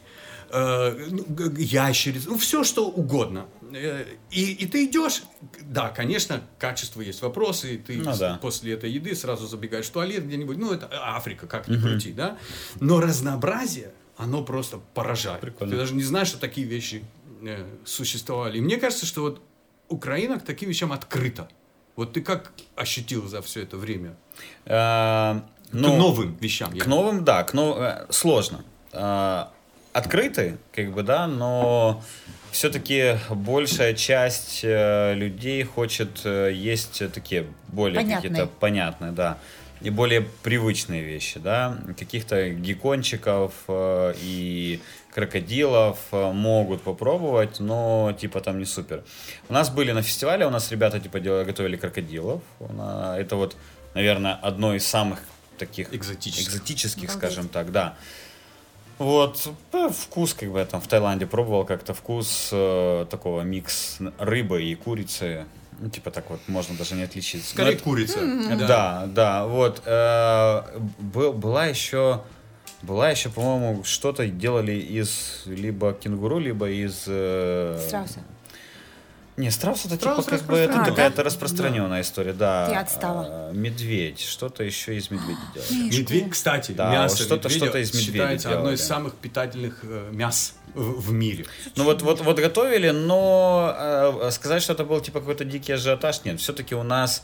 ящериц, ну, все, что угодно. И, и ты идешь, да, конечно, качество есть вопросы, ты ну, да. после этой еды сразу забегаешь в туалет где-нибудь, ну, это Африка, как ни uh-huh. крути, да, но разнообразие, оно просто поражает. Прикольно. Ты даже не знаешь, что такие вещи э, существовали. И мне кажется, что вот Украина к таким вещам открыта. Вот ты как ощутил за все это время? Uh, ну, к новым вещам. К новым, да, к нов... сложно. Uh, открыты, как бы, да, но все-таки большая часть э, людей хочет э, есть такие более понятные. Какие-то понятные, да, и более привычные вещи, да, каких-то геккончиков э, и крокодилов э, могут попробовать, но типа там не супер. У нас были на фестивале, у нас ребята типа делали, готовили крокодилов, это вот, наверное, одно из самых таких экзотических, экзотических скажем так, да. Вот, вкус, как бы, я там в Таиланде пробовал как-то вкус э, такого микс рыбы и курицы, ну, типа так вот, можно даже не отличить. Скорее это... курица. Mm-hmm. Да. да, да, вот, э, был, была еще, была еще, по-моему, что-то делали из либо кенгуру, либо из... Э, страуса. Не, страус это страус типа как бы это какая-то да? распространенная да. история, да. Я отстала. Медведь, что-то еще из медведя делали. Медведь, кстати, да, мясо что-то, что-то из медведя считается делали. одно из самых питательных э, мяс в, в мире. Ну вот, вот, вот готовили, но э, сказать, что это был типа какой-то дикий ажиотаж, нет. Все-таки у нас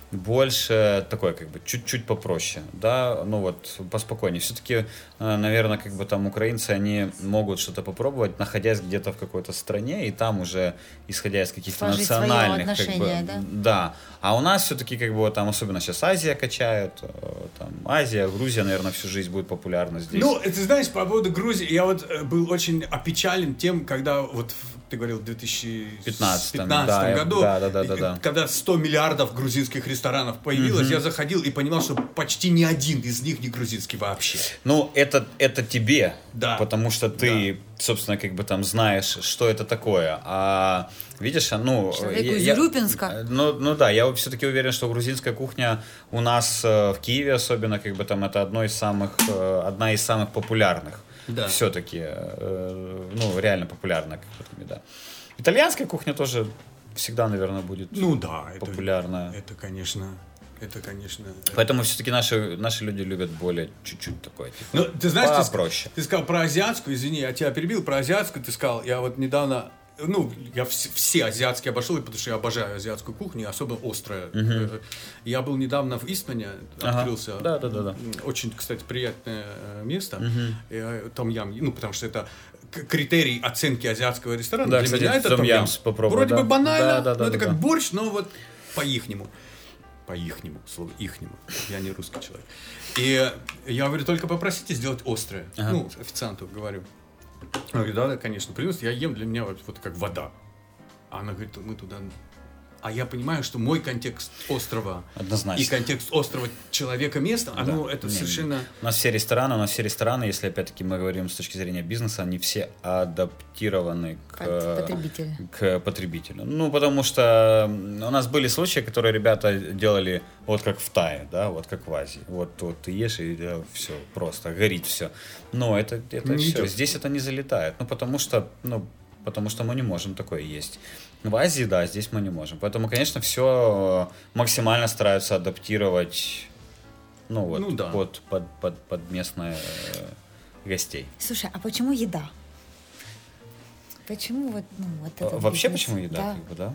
больше такое, как бы, чуть-чуть попроще, да, ну вот, поспокойнее. Все-таки, наверное, как бы там украинцы, они могут что-то попробовать, находясь где-то в какой-то стране, и там уже, исходя из каких-то сложить национальных, свое как бы, да? да. А у нас все-таки, как бы, там, особенно сейчас Азия качают, там, Азия, Грузия, наверное, всю жизнь будет популярна здесь. Ну, ты знаешь, по поводу Грузии, я вот был очень опечален тем, когда вот ты говорил в две тысячи пятнадцатом да, году, да, да, да, да, да. когда сто миллиардов грузинских ресторанов появилось, mm-hmm. я заходил и понимал, что почти ни один из них не грузинский вообще. Ну, это, это тебе, да. потому что ты, да. собственно, как бы там знаешь, что это такое. А видишь, ну... Человеку из Урюпинска. Ну, ну да, я все-таки уверен, что грузинская кухня у нас в Киеве особенно, как бы там это одно из самых, одна из самых популярных. Да. Все-таки, э, ну, реально популярная. Да. Итальянская кухня тоже всегда, наверное, будет ну, да, популярна. Это, это, конечно, это, конечно... Поэтому все-таки наши, наши люди любят более чуть-чуть такое. Типа, ну, ты знаешь, попроще. Ты, ты сказал про азиатскую, извини, я тебя перебил, про азиатскую ты сказал, я вот недавно... Ну, я все, все азиатские обошел, потому что я обожаю азиатскую кухню, особенно острая. Uh-huh. Я был недавно в Истмане, открылся. Uh-huh. Да, да, да, да. Очень, кстати, приятное место. Uh-huh. Том-ям, ну, потому что это критерий оценки азиатского ресторана. Да, для кстати, меня это том-ям попробовать. Вроде да. бы банально, да, да, да, но это да, как да. борщ, но вот по-ихнему. По-ихнему, слово ихнему. Я не русский человек. И я говорю, только попросите сделать острое. Uh-huh. Ну, официанту говорю. Она говорит, да, да, конечно, принес, я ем, для меня вот, вот как вода. А она говорит, мы туда... А я понимаю, что мой контекст острова однозначно. И контекст острова человека места, да. оно это не, совершенно... Не. У нас все рестораны, у нас все рестораны, если опять-таки мы говорим с точки зрения бизнеса, они все адаптированы к потребителю. к потребителю. Ну, потому что у нас были случаи, которые ребята делали вот как в Тае, да, вот как в Азии. Вот, вот ты ешь и да, все, просто горит все. Но это, это все. Идет. Здесь это не залетает. Ну, потому что, ну, потому что мы не можем такое есть. В Азии, да, здесь мы не можем. Поэтому, конечно, все максимально стараются адаптировать, ну, вот, ну, да. под, под, под, под местных гостей. Слушай, а почему еда? Почему вот, ну, вот это... Вообще, бизнес? почему еда, да. как бы, да?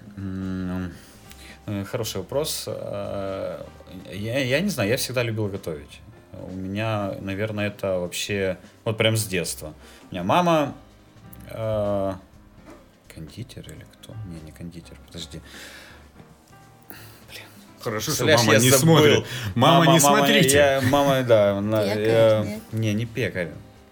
М-м, хороший вопрос. Я, я не знаю, я всегда любил готовить. У меня, наверное, это вообще вот прям с детства. У меня мама... Кондитер или кто? Не, не кондитер, подожди. Блин. Хорошо, что Слышь, мама не забыл. смотрит. Мама, мама не мама, смотрите. Я, мама, да. Она, пекарь, я, нет? не, не пекарь.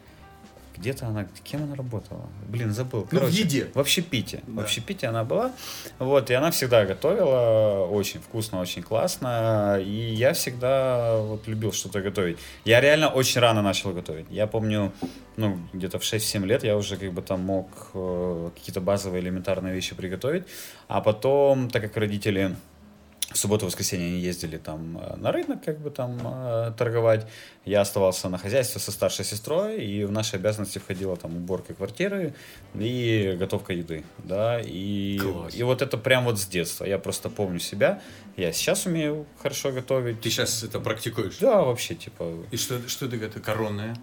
Где-то она, кем она работала? Блин, забыл. Ну, в еде. В общепите. Да. В общепите она была. Вот, и она всегда готовила очень вкусно, очень классно. И я всегда вот любил что-то готовить. Я реально очень рано начал готовить. Я помню, ну, где-то в шесть-семь лет я уже как бы там мог э, какие-то базовые элементарные вещи приготовить. А потом, так как родители... В субботу-воскресенье они ездили там на рынок, как бы там э, торговать. Я оставался на хозяйстве со старшей сестрой, и в наши обязанности входила там уборка квартиры и готовка еды, да, и, и вот это прям вот с детства. Я просто помню себя. Я сейчас умею хорошо готовить. Ты сейчас это практикуешь? Да, вообще, типа... И что, что ты это коронное?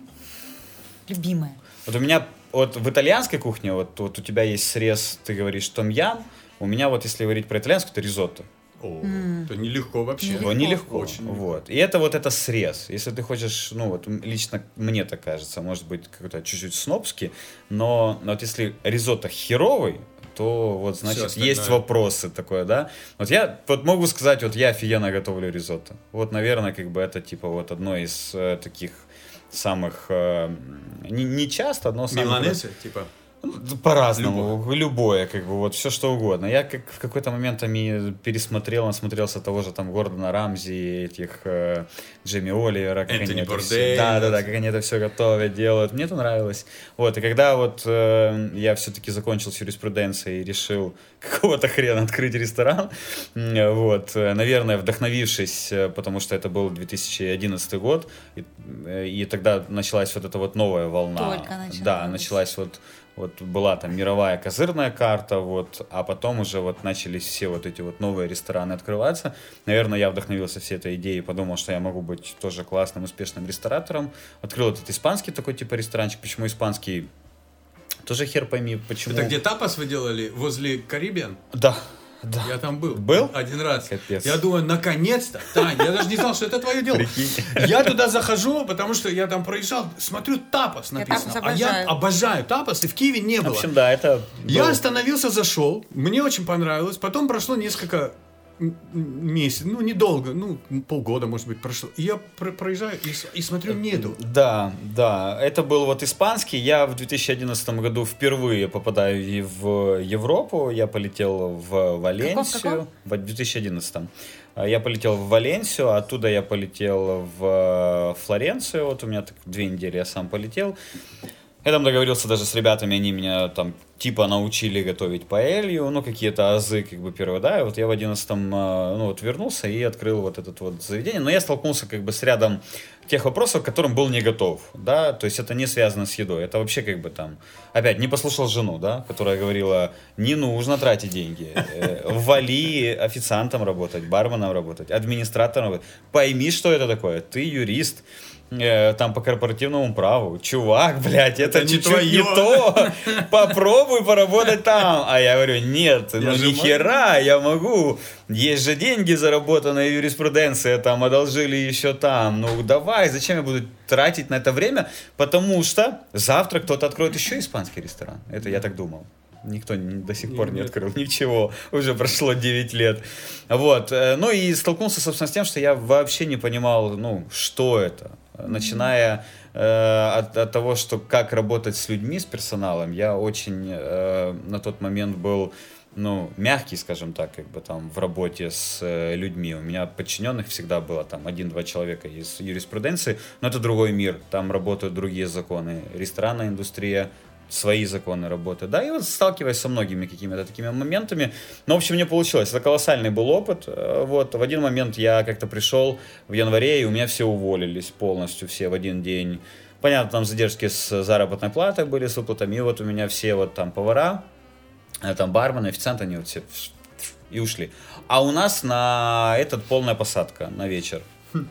Любимое. Вот у меня, вот в итальянской кухне, вот, вот у тебя есть срез, ты говоришь том-ям, у меня вот, если говорить про итальянскую, это ризотто. О, mm. это нелегко вообще. Нелегко. Нелегко. Очень вот. И это вот это срез. Если ты хочешь, ну вот лично мне так кажется, может быть какой-то чуть-чуть снобский, но, но вот если ризотто херовый, то вот значит есть вопросы такое, да. Вот я вот могу сказать, вот я офигенно готовлю ризотто. Вот, наверное, как бы это типа вот одно из э, таких самых э, не, не часто, но самых... Миланезе, типа? По-разному, любое. любое, как бы, вот, все что угодно. Я как в какой-то момент пересмотрел, насмотрелся того же там Гордона Рамзи, этих э, Джейми Оливера, как Энтони они это Бордель, все, да, да, да, как они это все готовят, делают. Мне это нравилось. Вот, и когда вот э, я все-таки закончил с юриспруденцией и решил какого-то хрена открыть ресторан, вот, наверное, вдохновившись, потому что это был две тысячи одиннадцатый год, и, и тогда началась вот эта вот новая волна. Только началась. Да, началась вот Вот была там мировая козырная карта, вот, а потом уже вот начались все вот эти вот новые рестораны открываться. Наверное, я вдохновился всей этой идеей, подумал, что я могу быть тоже классным, успешным ресторатором. Открыл этот испанский такой типа ресторанчик. Почему испанский? Тоже хер пойми, почему. Это где тапас вы делали? Возле Карибиан? Да. Да. Я там был. Был? Один раз. Капец. Я думаю, наконец-то. Таня, я даже не знал, что это твое дело. Прикинь. Я туда захожу, потому что я там проезжал, смотрю, тапос написано. Я а я обожаю тапос, и в Киеве не было. В общем, да, это... Я был. Остановился, зашел, мне очень понравилось. Потом прошло несколько месяцев, ну, недолго, ну, полгода, может быть, прошло. И я про- проезжаю и, и смотрю, нету. Да, да, это был вот испанский. Я в две тысячи одиннадцатом году впервые попадаю в Европу. Я полетел в Валенсию. Каков, каков? В две тысячи одиннадцатом. Я полетел в Валенсию, оттуда я полетел в Флоренцию. Вот у меня так две недели я сам полетел. Я там договорился даже с ребятами, они меня там типа научили готовить паэлью, ну, какие-то азы, как бы, первые, да, и вот я в одиннадцатом, ну, вот вернулся и открыл вот это вот заведение, но я столкнулся, как бы, с рядом тех вопросов, к которым был не готов, да, то есть это не связано с едой, это вообще, как бы, там, опять, не послушал жену, да, которая говорила, не нужно тратить деньги, вали официантом работать, барменом работать, администратором работать, пойми, что это такое, ты юрист, там по корпоративному праву. Чувак, блядь, это, это не, твое. Не то. Попробуй поработать там. А я говорю, нет, я ну ни хера, я могу. Есть же деньги, заработанные юриспруденция, там одолжили еще там. Ну давай, зачем я буду тратить на это время? Потому что завтра кто-то откроет еще испанский ресторан. Это я так думал. Никто до сих пор не открыл ничего. Уже прошло девять лет. Вот. Ну и столкнулся, собственно, с тем, что я вообще не понимал, ну, что это. Начиная э, от, от того, что как работать с людьми, с персоналом, я очень э, на тот момент был, ну, мягкий, скажем так, как бы там в работе с э, людьми. У меня подчиненных всегда было там один-два человека из юриспруденции, но это другой мир, там работают другие законы. Ресторанная индустрия, свои законы работы, да, и вот сталкиваясь со многими какими-то такими моментами, ну, в общем, мне получилось, это колоссальный был опыт, вот, в один момент я как-то пришел в январе, и у меня все уволились полностью, все в один день, понятно, там задержки с заработной платой были, с выплатами, и вот у меня все вот там повара, там бармены, официанты, они вот все и ушли, а у нас на этот полная посадка на вечер.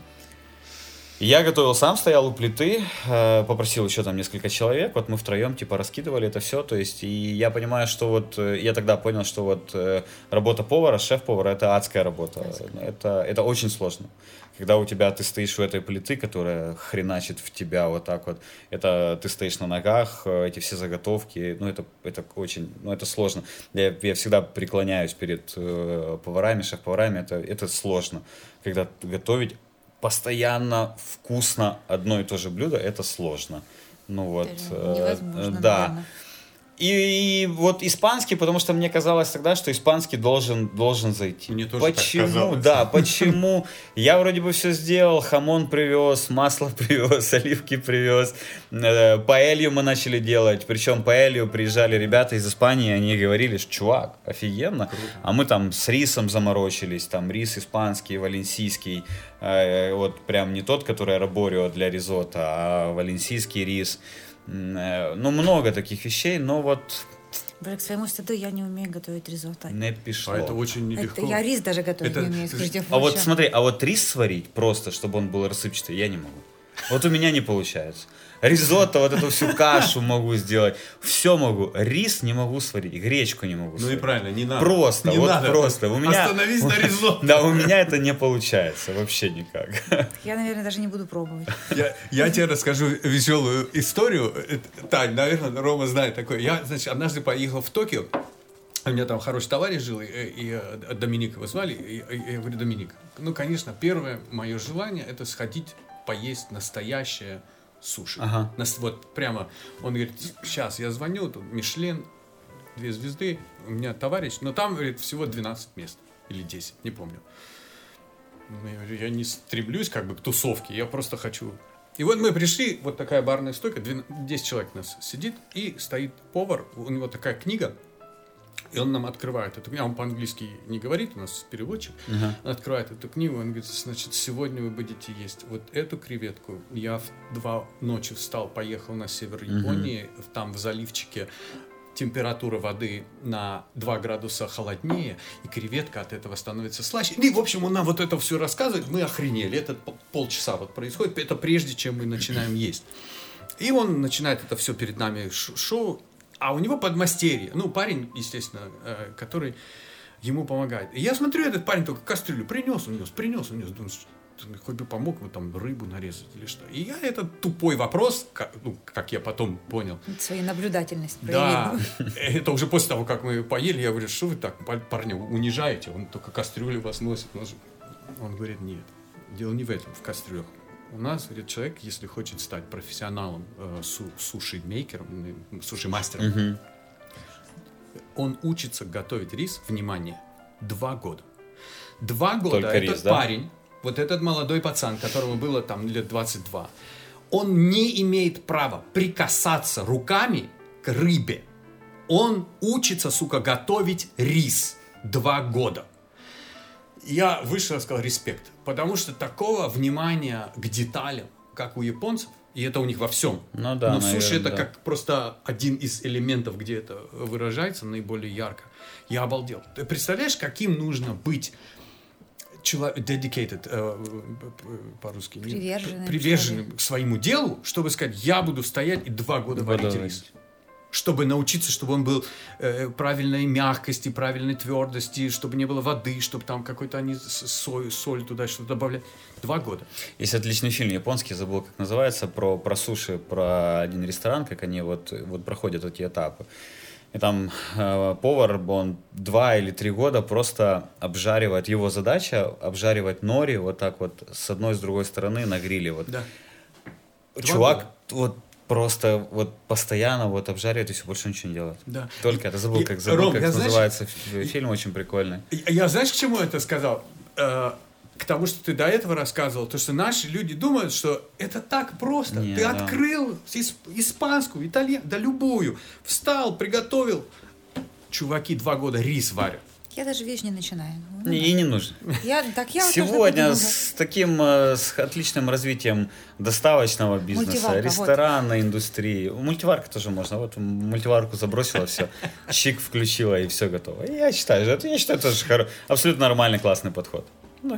Я готовил сам, стоял у плиты, попросил еще там несколько человек, вот мы втроем типа раскидывали это все, то есть, и я понимаю, что вот, я тогда понял, что вот работа повара, шеф-повара, это адская работа, это, это очень сложно. Когда у тебя, ты стоишь у этой плиты, которая хреначит в тебя вот так вот, это ты стоишь на ногах, эти все заготовки, ну это, это очень, ну это сложно. Я, я всегда преклоняюсь перед поварами, шеф-поварами, это, это сложно, когда готовить постоянно вкусно одно и то же блюдо, это сложно. Ну вот, невозможно, э, да. И, и вот испанский, потому что мне казалось тогда, что испанский должен, должен зайти. Мне тоже почему? так казалось. Да, почему? Я вроде бы все сделал, хамон привез, масло привез, оливки привез, паэлью мы начали делать, причем паэлью приезжали ребята из Испании, они говорили, что чувак, офигенно, круто. А мы там с рисом заморочились, там рис испанский, валенсийский, вот прям не тот, который арборио для ризотто, а валенсийский рис. Ну, много таких вещей, но вот... К своему стыду я не умею готовить ризотто. Не пишло. А это очень нелегко. Это я рис даже готовить это... не умею, скажите. А вот смотри, а вот рис сварить просто, чтобы он был рассыпчатый, я не могу. Вот у меня не получается. Ризотто, вот эту всю кашу могу сделать. Все могу. Рис не могу сварить. Гречку не могу сварить. Ну и правильно, не надо. Просто, не вот надо. просто. У меня... Остановись на ризотто. Да, у меня это не получается вообще никак. Я, наверное, даже не буду пробовать. Я, я тебе расскажу веселую историю. Тань, наверное, Рома знает такое. Я, значит, однажды поехал в Токио. У меня там хороший товарищ жил, и, и Доминик его звали. И, и я говорю, Доминик, ну, конечно, первое мое желание это сходить поесть настоящее суши. Ага. Вот прямо, он говорит, сейчас я звоню, тут Мишлен, две звезды, у меня товарищ, но там, говорит, всего двенадцать мест, или десять, не помню. Я говорю, я не стремлюсь как бы к тусовке, я просто хочу... И вот мы пришли, вот такая барная стойка, десять человек у нас сидит, и стоит повар, у него такая книга, и он нам открывает эту книгу, он по-английски не говорит, у нас переводчик, uh-huh. он открывает эту книгу, он говорит, значит, сегодня вы будете есть вот эту креветку. Я в два ночи встал, поехал на север Японии, uh-huh. там в заливчике температура воды на два градуса холоднее, и креветка от этого становится слаще. И, в общем, он нам вот это все рассказывает, мы охренели, это полчаса вот происходит, это прежде, чем мы начинаем есть. И он начинает это все перед нами шоу. А у него подмастерье, ну, парень, естественно, который ему помогает. И я смотрю, этот парень только кастрюлю принес, унес, принес, унес. Думаю, хоть бы помог ему там рыбу нарезать или что. И я этот тупой вопрос, как, ну, как я потом понял. Свою наблюдательность проявил. Да, это уже после того, как мы поели, я говорю, что вы так парня унижаете, он только кастрюлю вас носит. Он говорит, нет, дело не в этом, в кастрюлях. У нас, говорит, человек, если хочет стать профессионалом, э, су- суши-мейкером, суши-мастером, угу. он учится готовить рис, внимание, два года. Два года Только этот рис, да? парень, вот этот молодой пацан, которому было там лет двадцать два, он не имеет права прикасаться руками к рыбе. Он учится, сука, готовить рис два года. Я вышел и сказал респект, потому что такого внимания к деталям, как у японцев, и это у них во всем. Ну да, но суши наверное, это да. как просто один из элементов, где это выражается наиболее ярко. Я обалдел. Ты представляешь, каким нужно быть человек, dedicated, э, по-русски, приверженным, приверженным к своему делу, чтобы сказать, я буду стоять и два года варить рис. Чтобы научиться, чтобы он был э, правильной мягкости, правильной твердости, чтобы не было воды, чтобы там какой-то они соль, соль туда что-то добавляли. Два года. Есть отличный фильм японский, забыл, как называется, про, про суши, про один ресторан, как они вот, вот проходят эти этапы. И там э, повар, он два или три года просто обжаривает, его задача обжаривать нори вот так вот с одной и с другой стороны на гриле. Вот. Да. Чувак вот просто вот постоянно вот обжаривает и все, больше ничего не делает. Да. Только это забыл, И, как, забыл, Ром, как я, называется знаешь, фильм, очень прикольный. Я, я знаешь, к чему это сказал? Э, к тому, что ты до этого рассказывал, то, что наши люди думают, что это так просто. Не, ты да. открыл исп, испанскую, итальянскую, да любую, встал, приготовил. Чуваки два года рис варят. Я даже вещь не начинаю. Ну, И не нужно. Я, так я Сегодня с таким э, с отличным развитием доставочного бизнеса, Мультиварка, ресторанной вот. индустрии. Мультиварка тоже можно. Вот мультиварку забросила, все, чик включила и все готово. Я считаю, это, я считаю, это же хоро... абсолютно нормальный, классный подход. Ну,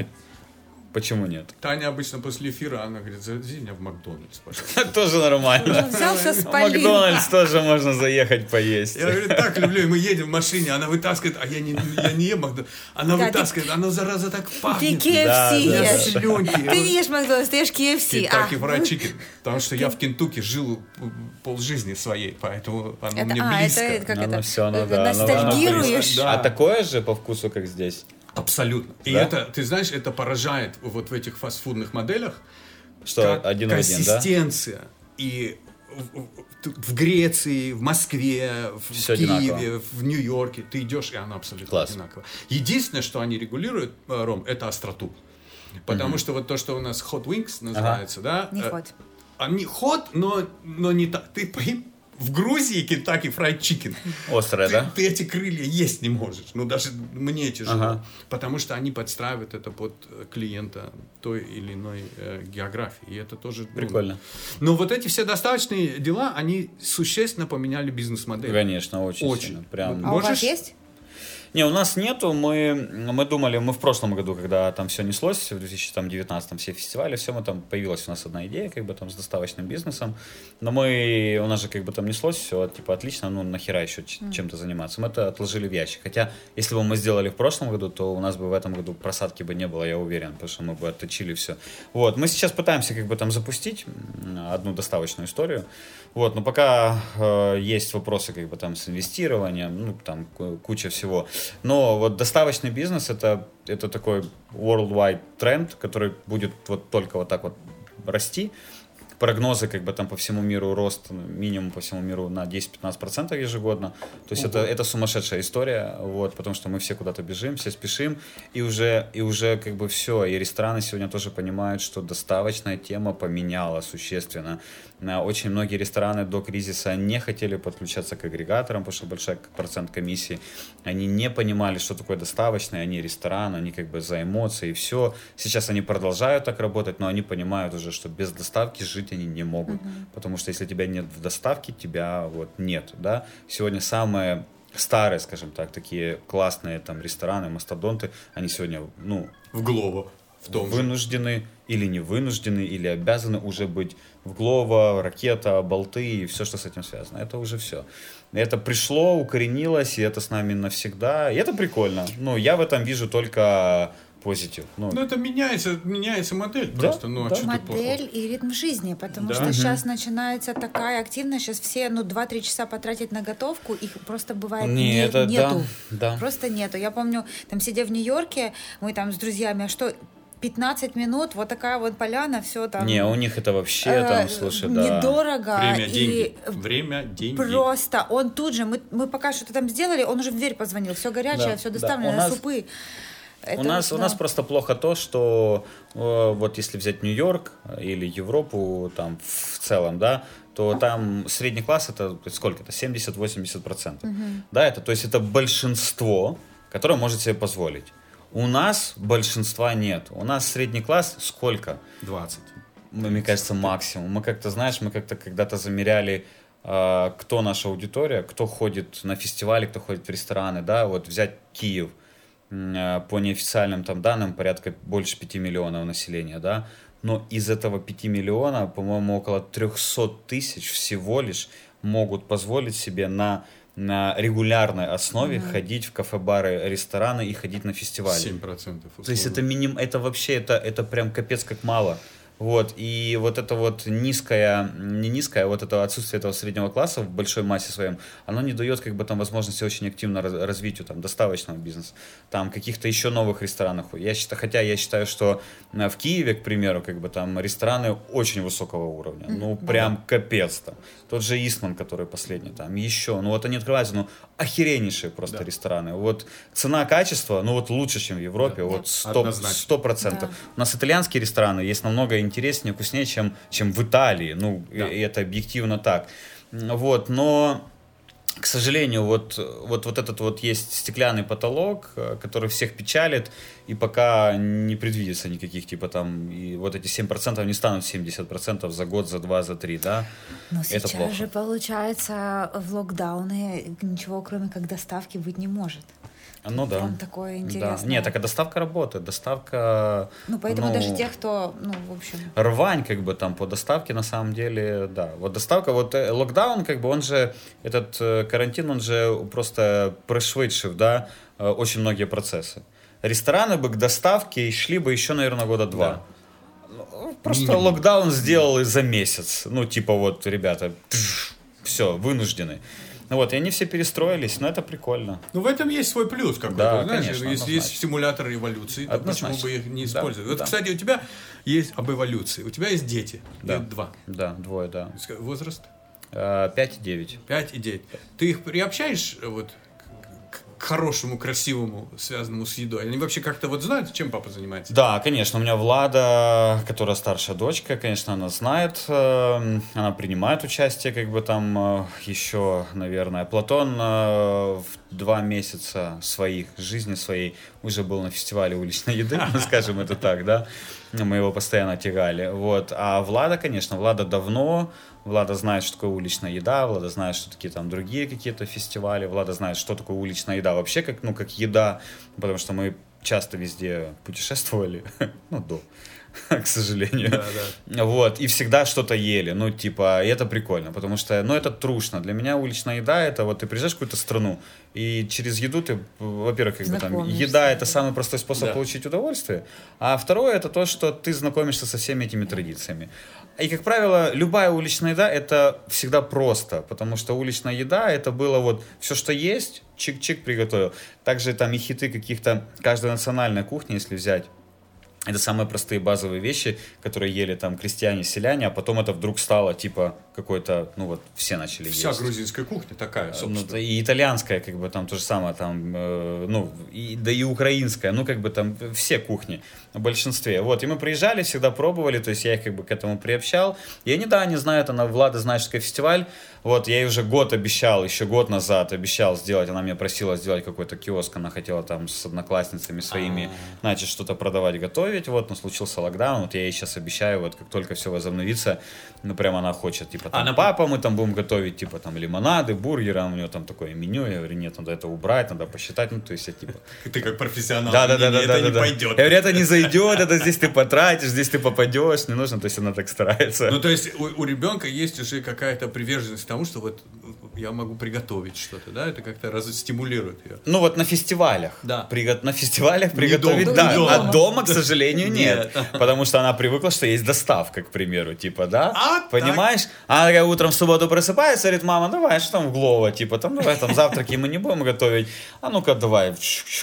почему нет? Таня обычно после эфира, она говорит, завези меня в Макдональдс, пожалуйста. Тоже нормально. Взялся, В спалил. Макдональдс тоже можно заехать поесть. Я говорю, так люблю, и мы едем в машине, она вытаскивает, а я не, я не ем Макдональдс. Она Да, вытаскивает, ты- оно, зараза, так Ты пахнет. кей эф Да, си да, Я ешь. слюнки. Ты не ешь Макдональдс, ты ешь кей эф си. Kentucky А, Fried Chicken. Потому что я в Кентукки жил полжизни своей, поэтому оно это, мне а, близко. это как Ну, это? ну, всё, ну э, да, ну, ностальгируешь? да. А такое же по вкусу, как здесь? Абсолютно. И Да? это, ты знаешь, это поражает вот в этих фастфудных моделях. Что, как один в один, да? консистенция. И в, в- в Греции, в Москве, в, Всё в Киеве, одинаково. в Нью-Йорке. Ты идешь, и оно абсолютно Класс. одинаково. Единственное, что они регулируют, э, Ром, это остроту. Потому что вот то, что у нас hot wings называется, да? Не э, ход. Они hot, но, но не так. Ты поим- в Грузии Kentucky Fried Chicken. Острое, Ты, да? ты эти крылья есть не можешь. Ну, даже мне тяжело. Ага. Потому что они подстраивают это под э, клиента той или иной э, географии. И это тоже... ну, Прикольно. Но вот эти все доставочные дела, они существенно поменяли бизнес-модель. Конечно, очень, Очень. сильно. Прям. А у вас Можешь- есть? Не, у нас нету, мы, мы думали, мы в прошлом году, когда там все неслось, в две тысячи девятнадцатом все фестивали, все, мы там, появилась у нас одна идея, как бы там с доставочным бизнесом, но мы, у нас же как бы там неслось все, типа, отлично, ну, нахера еще ч- чем-то заниматься, мы это отложили в ящик, хотя, если бы мы сделали в прошлом году, то у нас бы в этом году просадки бы не было, я уверен, потому что мы бы отточили все. Вот, мы сейчас пытаемся как бы там запустить м, одну доставочную историю, вот, но пока э, есть вопросы как бы там с инвестированием, ну, там ку- куча всего. Но вот доставочный бизнес это, это такой worldwide тренд, который будет вот только вот так вот расти. Прогнозы как бы там по всему миру рост минимум по всему миру на десять-пятнадцать процентов ежегодно. То есть это, это сумасшедшая история, вот, потому что мы все куда-то бежим, все спешим, и уже, и уже как бы все. И рестораны сегодня тоже понимают, что доставочная тема поменяла существенно. Очень многие рестораны до кризиса не хотели подключаться к агрегаторам, потому что большой процент комиссии. Они не понимали, что такое доставочный, они ресторан, они как бы за эмоции и все. Сейчас они продолжают так работать, но они понимают уже, что без доставки жить они не могут. Mm-hmm. Потому что если тебя нет в доставке, тебя вот нет. Да? Сегодня самые старые, скажем так, такие классные там рестораны, мастодонты, они сегодня, ну, В Глово. В том же. вынуждены или не вынуждены, или обязаны уже быть в Глово, Ракета, Болты и все, что с этим связано. Это уже все. Это пришло, укоренилось, и это с нами навсегда. И это прикольно. Ну, я в этом вижу только позитив. Ну, ну это меняется, меняется модель да, просто. Ну, да. а модель и ритм жизни, потому да. что угу. сейчас начинается такая активность, сейчас все, ну, два-три часа потратить на готовку, их просто бывает не, не, это, нету. Да, да. Просто нету. Я помню, там, сидя в Нью-Йорке, мы там с друзьями, а что... пятнадцать минут, вот такая вот поляна, все там. Не, у них это вообще э, там, слушай, да. Недорого. Время, и деньги. Время, деньги. Просто он тут же, мы, мы пока что-то там сделали, он уже в дверь позвонил, все горячее, да, все доставлено, да. нас, супы. Это, у, нас, да. у нас просто плохо то, что э, вот если взять Нью-Йорк или Европу там в целом, да, то там средний класс это сколько? Это семьдесят-восемьдесят процентов. Угу. Да, это, то есть это большинство, которое может себе позволить. У нас большинства нет. У нас средний класс сколько? двадцать. Мне кажется, максимум. Мы как-то, знаешь, мы как-то когда-то замеряли, э, кто наша аудитория, кто ходит на фестивали, кто ходит в рестораны, да, вот взять Киев, э, по неофициальным там данным, порядка больше пяти миллионов населения, да, но из этого пяти миллионов, по-моему, около триста тысяч всего лишь могут позволить себе на на регулярной основе mm-hmm. ходить в кафе-бары, рестораны и ходить на фестивали. семь процентов. То есть это минимум, это вообще, это, это прям капец как мало. Вот, и вот это вот низкое, не низкое, а вот это отсутствие этого среднего класса в большой массе своем, оно не дает как бы там возможности очень активно раз, развитию там доставочного бизнеса, там каких-то еще новых ресторанов. Я считаю, хотя я считаю, что в Киеве, к примеру, как бы там рестораны очень высокого уровня, ну прям капец там. Тот же Истман, который последний, там еще, ну вот они открываются, ну охереннейшие просто да. рестораны. Вот цена-качество, ну вот лучше, чем в Европе, да. вот сто процентов. Да. У нас итальянские рестораны есть намного интереснее, вкуснее, чем, чем в Италии. Ну, да. и это объективно так. Вот, но, к сожалению, вот, вот, вот этот вот есть стеклянный потолок, который всех печалит, и пока не предвидится никаких, типа там, и вот эти семь процентов не станут семьдесят процентов за год, за два, за три, да? Но это сейчас плохо. же, получается, в локдауне ничего, кроме как доставки, быть не может. Ну да. Там такое интересное. Да. Нет, так а доставка работает. Доставка... Ну, поэтому ну, даже тех, кто, ну, в общем... Рвань, как бы, там, по доставке, на самом деле, да. Вот доставка, вот э, локдаун, как бы, он же, этот э, карантин, он же просто пришвидшив, да, э, очень многие процессы. Рестораны бы к доставке шли бы еще, наверное, года два. Да. Просто Минимум. Локдаун сделал за месяц. Ну, типа, вот, ребята, все, вынуждены. Ну вот, и они все перестроились, но это прикольно. Ну, в этом есть свой плюс, какой-то, да, знаешь, конечно, если есть симулятор эволюции, то однозначно. Почему бы их не использовать? Да, вот, да. кстати, у тебя есть об эволюции, у тебя есть дети, да. лет два. Да, двое, да. Возраст? Пять и девять. Пять и девять. Ты их приобщаешь вот к хорошему, красивому, связанному с едой? Они вообще как-то вот знают, чем папа занимается? Да, конечно. У меня Влада, которая старшая дочка, конечно, она знает, она принимает участие, как бы там еще, наверное. Платон в два месяца своих, жизни своей, уже был на фестивале уличной еды, скажем это так, да. Мы его постоянно тягали. Вот. А Влада, конечно, Влада давно... Влада знает, что такое уличная еда, Влада знает, что такие там другие какие-то фестивали, Влада знает, что такое уличная еда вообще, как, ну, как еда, потому что мы часто везде путешествовали, ну, до, к сожалению. Да, да. Вот, и всегда что-то ели, ну, типа, и это прикольно, потому что, ну, это трушно. Для меня уличная еда, это вот ты приезжаешь в какую-то страну, и через еду ты, во-первых, как бы там, еда — это самый простой способ да. получить удовольствие, а второе — это то, что ты знакомишься со всеми этими традициями. И, как правило, любая уличная еда — это всегда просто, потому что уличная еда — это было вот все, что есть, чик-чик приготовил. Также там и хиты каких-то, каждой национальной кухни, если взять, это самые простые базовые вещи, которые ели там крестьяне, селяне, а потом это вдруг стало типа какой-то, ну вот все начали Вся есть. Вся грузинская кухня такая, собственно. Ну, и итальянская, как бы там то же самое, там, э, ну, и, да и украинская, ну как бы там все кухни в большинстве. Вот, и мы приезжали, всегда пробовали, то есть я их как бы к этому приобщал. И они, да, они знают, она, Влада знает, что такое фестиваль. Вот, я ей уже год обещал, еще год назад обещал сделать, она меня просила сделать какой-то киоск, она хотела там с одноклассницами своими, значит, что-то продавать, готовить. готовить, вот, но случился локдаун, вот я ей сейчас обещаю, вот как только все возобновится, ну прям она хочет, типа, там, она... папа, мы там будем готовить, типа, там, лимонады, бургеры, у нее там такое меню, я говорю, нет, надо это убрать, надо посчитать, ну, то есть, я, типа... Ты как профессионал, да, да, да, да, это да, не да. пойдет. Я говорю, это не зайдет, это здесь ты потратишь, здесь ты попадешь, не нужно, то есть, она так старается. Ну, то есть, у, у ребенка есть уже какая-то приверженность к тому, что вот я могу приготовить что-то, да, это как-то раз стимулирует ее. Ну, вот на фестивалях. Да. Приго... На фестивалях приготовить, дома. да, Не дома. а дома, к сожалению, нет. Нет. Потому что она привыкла, что есть доставка, к примеру, типа, да? А, понимаешь? Она такая утром в субботу просыпается, говорит, мама, давай, что там в Глово, типа, там, давай, там, завтраки мы не будем готовить, а ну-ка, давай,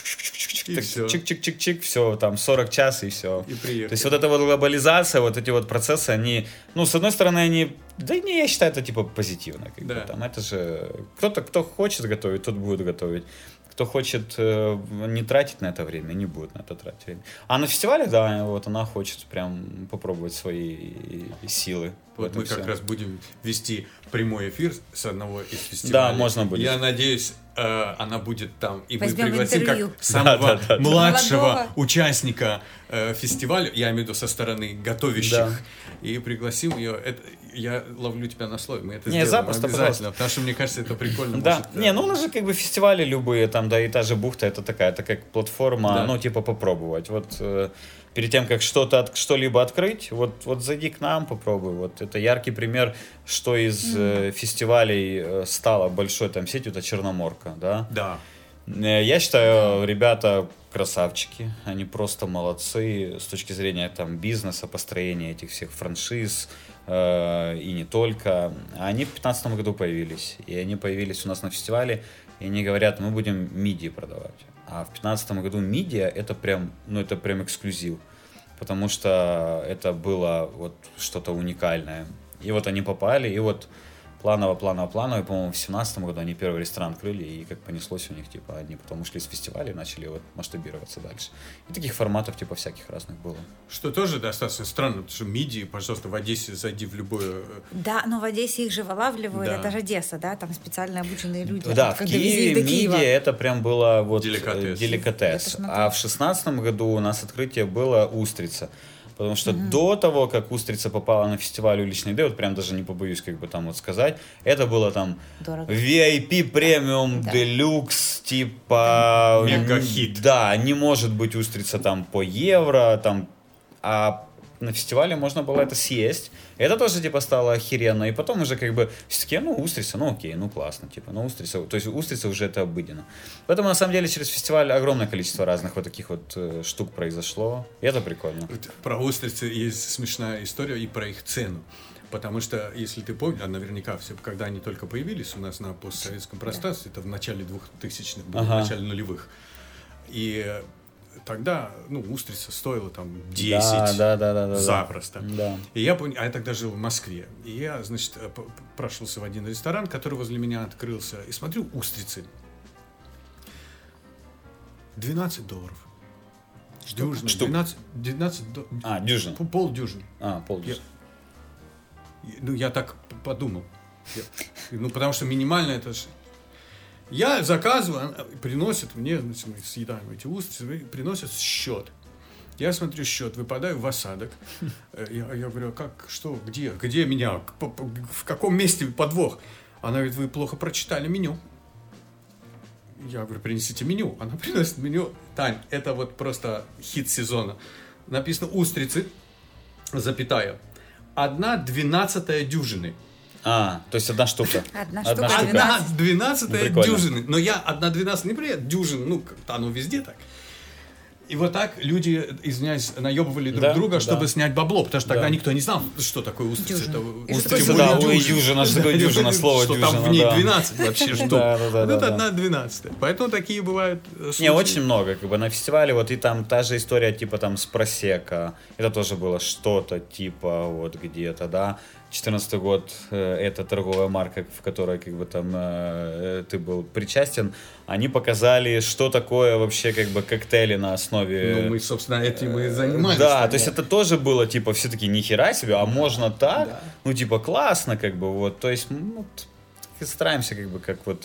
чик-чик-чик-чик, все, там, сорок час и все. И приехали. То есть, вот эта вот глобализация, вот эти вот процессы, они, ну, с одной стороны, они, да не, я считаю, это, типа, позитивно, как да. бы, там, это же, кто-то, кто хочет готовить, тот будет готовить. Кто хочет э, не тратить на это время, не будет на это тратить время. А на фестивале, да, вот она хочет прям попробовать свои силы. Вот мы все. как раз будем вести прямой эфир с одного из фестивалей. Да, можно будет. Я надеюсь, э, она будет там, и Возьмем мы пригласим интервью. как самого Да, да, да, младшего Молодого. участника э, фестиваля, я имею в виду со стороны готовящих, Да. и пригласим ее. Это, я ловлю тебя на слове, мы это Не, сделаем запросто, обязательно, пожалуйста. потому что мне кажется, это прикольно. Да, может, не, ну у нас же как бы фестивали любые, там, да, и та же бухта, это такая, это как платформа, Да. ну, типа попробовать. Вот э, перед тем, как что-то, от, что-либо открыть, вот, вот зайди к нам, попробуй. Вот это яркий пример, что из э, фестивалей э, стало большой там сетью, это Черноморка, да. Да. Э, Я считаю, ребята красавчики, они просто молодцы с точки зрения там бизнеса, построения этих всех франшиз э, и не только. Они в пятнадцатом году появились, и они появились у нас на фестивале, и они говорят, мы будем мидии продавать. А в пятнадцатом году мидия это прям, ну это прям эксклюзив, потому что это было вот что-то уникальное. И вот они попали, и вот планово, планово, планово, и, по-моему, в семнадцатом году они первый ресторан открыли, и как понеслось у них, типа, они потом ушли с фестиваля и начали вот масштабироваться дальше. И таких форматов, типа, всяких разных было. Что тоже достаточно странно, потому что мидии, пожалуйста, в Одессе зайди в любое... Да, но в Одессе их же вылавливают, Да. это же Одесса, да, там специально обученные люди. Да, Вот в как довезли Киеве до Киева. мидия это прям было вот Деликатес. э, деликатес. Это ж на то. А в шестнадцатом году у нас открытие было устрица. Потому что mm-hmm. до того, как устрица попала на фестиваль уличной еды, вот прям даже не побоюсь как бы там вот сказать, это было там Дорого. ви ай пи премиум, Да. делюкс, типа... Мега-хит. Да, не может быть устрица там по евро, там... А на фестивале можно было это съесть. Это тоже, типа, стало охеренно. И потом уже, как бы, все таки, ну, устрица, ну, окей, ну, классно, типа, ну, устрица. То есть устрица уже это обыденно. Поэтому, на самом деле, через фестиваль огромное количество разных вот таких вот э, штук произошло. И это прикольно. Вот про устрицы есть смешная история и про их цену. Потому что, если ты помнишь, а наверняка все, когда они только появились у нас на постсоветском пространстве, это в начале двухтысячных, было, Ага. в начале нулевых. И тогда, ну, устрица стоила там десять Да, да, да, да, да, запросто. Да. И я понял, а я тогда жил в Москве. И я, значит, п- п- прошелся в один ресторан, который возле меня открылся, и смотрю, устрицы. двенадцать долларов. Дюжина. Штук. двенадцать, двенадцать до- А, дюжин. пол- полдюжины. А, полдюжин. Ну, я так п- подумал. Я- ну, потому что минимально это же... Я заказываю, она приносит мне, значит, мы съедаем эти устрицы, и приносят счет. Я смотрю счет, выпадаю в осадок. Э, Я, я говорю, а как, что, где, где меня, По- по- в каком месте подвох? Она говорит, вы плохо прочитали меню. Я говорю, принесите меню. Она приносит меню. Тань, это вот просто хит сезона. Написано устрицы, запятая. Одна двенадцатая дюжины. А, то есть одна штука. Одна Одна штука, штука. Одна двенадцатая Прикольно. дюжины. Но я одна двенадцатая, не привет, дюжин, ну, как-то оно везде так. И вот так люди, извиняюсь, наебывали друг Да, друга, да. чтобы снять бабло, потому что Да. тогда никто не знал, что такое устрица. Дюжина. Это, И что Устрица, такое да, дюжина? ой, дюжина, что такое дюжина, слово что дюжина, там в ней да. двенадцать вообще штук. Да, да, да, Вот да, это да. одна двенадцатая. Поэтому такие бывают э, случаи. Не, очень много, как бы на фестивале, вот и там та же история, типа там с Просека, это тоже было что-то типа вот где-то, да. четырнадцатый год, э, это торговая марка, в которой как бы там э, ты был причастен, они показали, что такое вообще как бы коктейли на основе... Ну, мы, собственно, этим и занимались. Да, тогда. то есть это тоже было, типа, все таки нихера себе, а можно так? Да. Ну, типа, классно, как бы, вот, то есть, ну, так и стараемся, как бы, как вот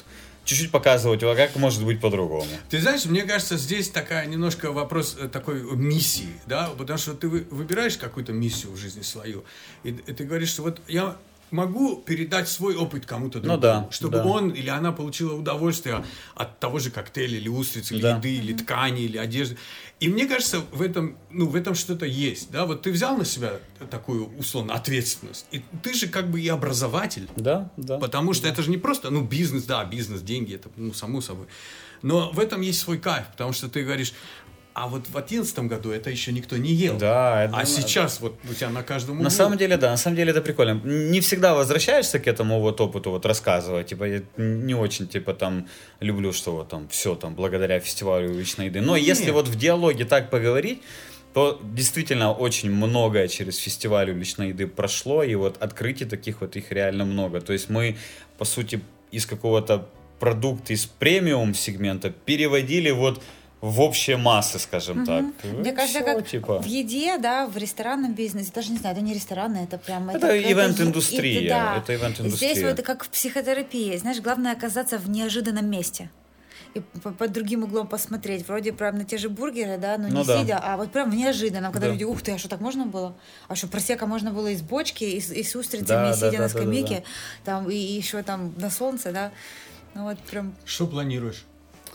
чуть-чуть показывать, а как может быть по-другому. Ты знаешь, мне кажется, здесь такая немножко вопрос такой миссии, да, потому что ты выбираешь какую-то миссию в жизни свою, и, и ты говоришь, что вот я могу передать свой опыт кому-то другому, ну, да, чтобы да. он или она получила удовольствие от того же коктейля, или устриц, или да. еды, или ткани, или одежды. И мне кажется, в этом, ну, в этом что-то есть, да, вот ты взял на себя такую, условно, ответственность, и ты же как бы и образователь. Да, да. Потому что да. это же не просто, ну, бизнес, да, бизнес, деньги, это, ну, само собой. Но в этом есть свой кайф, потому что ты говоришь, а вот в одиннадцатом году это еще никто не ел. Да, это... А сейчас вот у тебя на каждом углу. На самом деле, да, на самом деле это прикольно. Не всегда возвращаешься к этому вот опыту, вот рассказывать. Типа, я не очень, типа, там, люблю, что вот там все там благодаря фестивалю уличной еды. Но Нет. если вот в диалоге так поговорить, то действительно очень многое через фестиваль уличной еды прошло, и вот открытий таких вот их реально много. То есть мы, по сути, из какого-то продукта, из премиум-сегмента переводили вот в общие массы, скажем угу. так. Мне кажется, Все, как типа... в еде, да, в ресторанном бизнесе, даже не знаю, это не рестораны, это прям... Это, это ивент-индустрия. Это, да. это ивент-индустрия. Здесь вот как в психотерапии, знаешь, главное оказаться в неожиданном месте. И под другим углом посмотреть. Вроде прям на те же бургеры, да, но ну, не да. сидя, а вот прям неожиданно, когда да. люди, ух ты, а что, так можно было? А что, просека можно было из бочки, и, и с устрицами, да, и сидя да, на да, скамейке, да, да, да. там, и, и еще там на солнце, да. Ну вот прям... Что планируешь?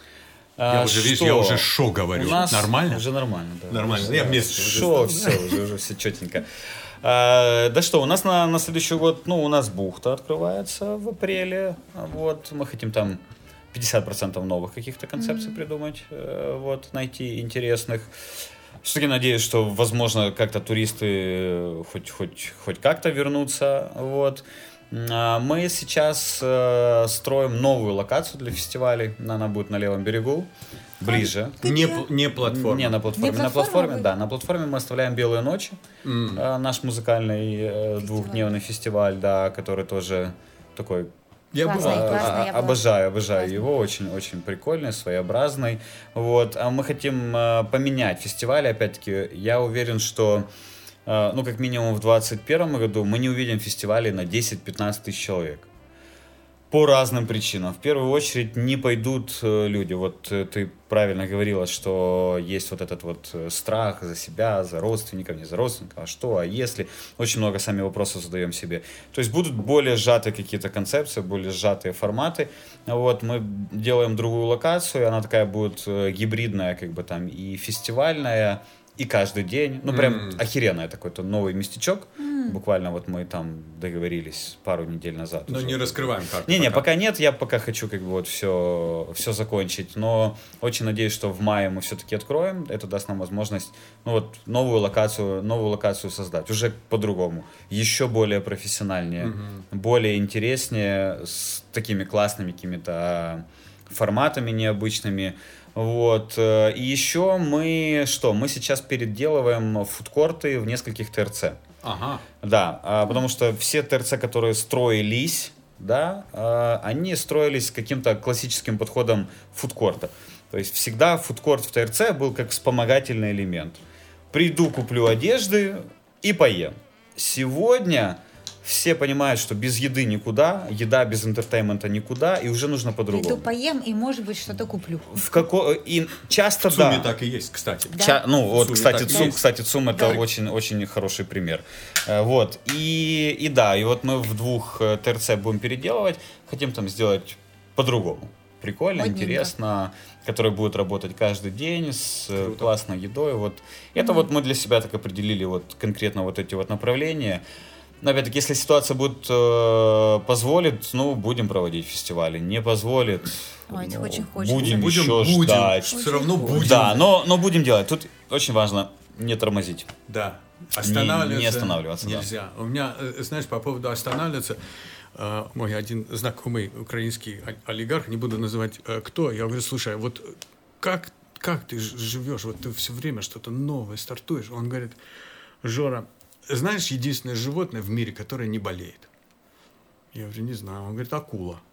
А, я уже, видишь, я уже шо говорю. У нас нормально? Уже нормально, да. Нормально. Уже, я да, вместе. Шо, все, уже, уже все четенько. А, да что, у нас на, на следующий год, ну, у нас бухта открывается в апреле. Вот, мы хотим там пятьдесят процентов новых каких-то концепций mm-hmm. придумать, вот, найти интересных. Все-таки надеюсь, что, возможно, как-то туристы хоть, хоть, хоть как-то вернутся, вот. Мы сейчас э, строим новую локацию для фестивалей. Она будет на левом берегу, ближе. Не, не платформа. Не на платформе. Не на платформа, платформе, да, на платформе мы оставляем «Белые ночи», mm. э, наш музыкальный э, двухдневный фестиваль, да, который тоже такой... Я классный, а, классный, а, обожаю, обожаю классный. Его, очень-очень прикольный, своеобразный. Вот. А мы хотим э, поменять фестиваль, опять-таки, я уверен, что ну, как минимум в двадцать первом году мы не увидим фестивали на десять-пятнадцать тысяч человек. По разным причинам. В первую очередь не пойдут люди. Вот ты правильно говорила, что есть вот этот вот страх за себя, за родственников, не за родственников, а что, а если? Очень много сами вопросов задаем себе. То есть будут более сжатые какие-то концепции, более сжатые форматы. Вот, мы делаем другую локацию, она такая будет гибридная, как бы там и фестивальная, и каждый день. Ну, прям mm. охеренный такой-то новый местечок. Mm. Буквально вот мы там договорились пару недель назад. Но уже. Не раскрываем карту. Не-не, пока. пока нет. Я пока хочу как бы вот все, все закончить. Но очень надеюсь, что в мае мы все-таки откроем. Это даст нам возможность, ну вот, новую локацию, новую локацию создать. Уже по-другому. Еще более профессиональнее. Mm-hmm. Более интереснее. С такими классными какими-то форматами необычными. Вот. И еще мы что? Мы сейчас переделываем фудкорты в нескольких ТРЦ. Ага. Да, потому что все ТРЦ, которые строились, да, они строились с каким-то классическим подходом фудкорта. То есть всегда фудкорт в ТРЦ был как вспомогательный элемент. Приду, куплю одежды и поем. Сегодня все понимают, что без еды никуда, еда без интертеймента никуда, и уже нужно по-другому. Иду поем и, может быть, что-то куплю. В како... и часто, в ЦУМе да. так и есть, кстати. Да. Ча... Ну, вот, ЦУМе кстати, ЦУМ, кстати, ЦУМ это да. очень, очень хороший пример. Вот. И, и да, и вот мы в двух ТРЦ будем переделывать, хотим там сделать по-другому. Прикольно, Модненько. Интересно, который будет работать каждый день с Круто. Классной едой. Вот. Это mm-hmm. вот мы для себя так определили вот конкретно вот эти вот направления. Но опять-таки, если ситуация будет э, позволит, ну, будем проводить фестивали. Не позволит, Ой, ну, очень хочется. будем, будем еще будем, ждать. Все равно будем. Да, но, но будем делать. Тут очень важно не тормозить. Да. Останавливаться не, не останавливаться. Нельзя. Да. У меня, знаешь, по поводу останавливаться, мой один знакомый украинский олигарх, не буду называть кто, я говорю, слушай, вот как, как ты живешь, вот ты все время что-то новое стартуешь. Он говорит, Жора, знаешь, единственное животное в мире, которое не болеет? Я говорю, не знаю. Он говорит, акула.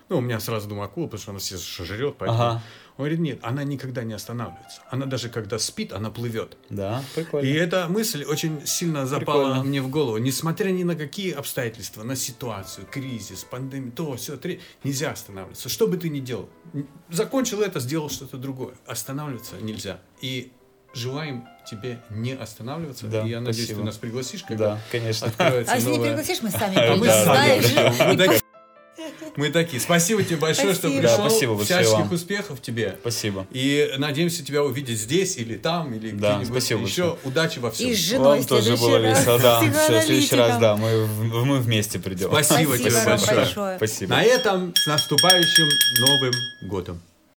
Ну, у меня сразу думаю акула, потому что она все жрет, поэтому... Ага. Он говорит, нет, она никогда не останавливается. Она даже когда спит, она плывет. Да, прикольно. И эта мысль очень сильно запала Прикольно. мне в голову. Несмотря ни на какие обстоятельства, на ситуацию, кризис, пандемию, то, все, три, нельзя останавливаться. Что бы ты ни делал. Закончил это, сделал что-то другое. Останавливаться нельзя. И желаем тебе не останавливаться. Да, и я надеюсь, спасибо. ты нас пригласишь, когда Да, конечно. откроется А если не новая... пригласишь, мы сами А мы придем, сами знаешь. придем. Мы такие- Мы такие. Спасибо тебе большое, что Спасибо. пришел. Да, спасибо большое Всяческих вам. успехов тебе. Спасибо. И надеемся тебя увидеть здесь или там, или Да, где-нибудь спасибо еще. большое. Удачи во всем. И с женой Вам в тоже следующий было раз. весело, да. С Все, в следующий раз, психоаналитиком. да, мы, в- мы вместе придем. Спасибо тебе Спасибо вам большое. большое. Спасибо. На этом с наступающим Новым годом.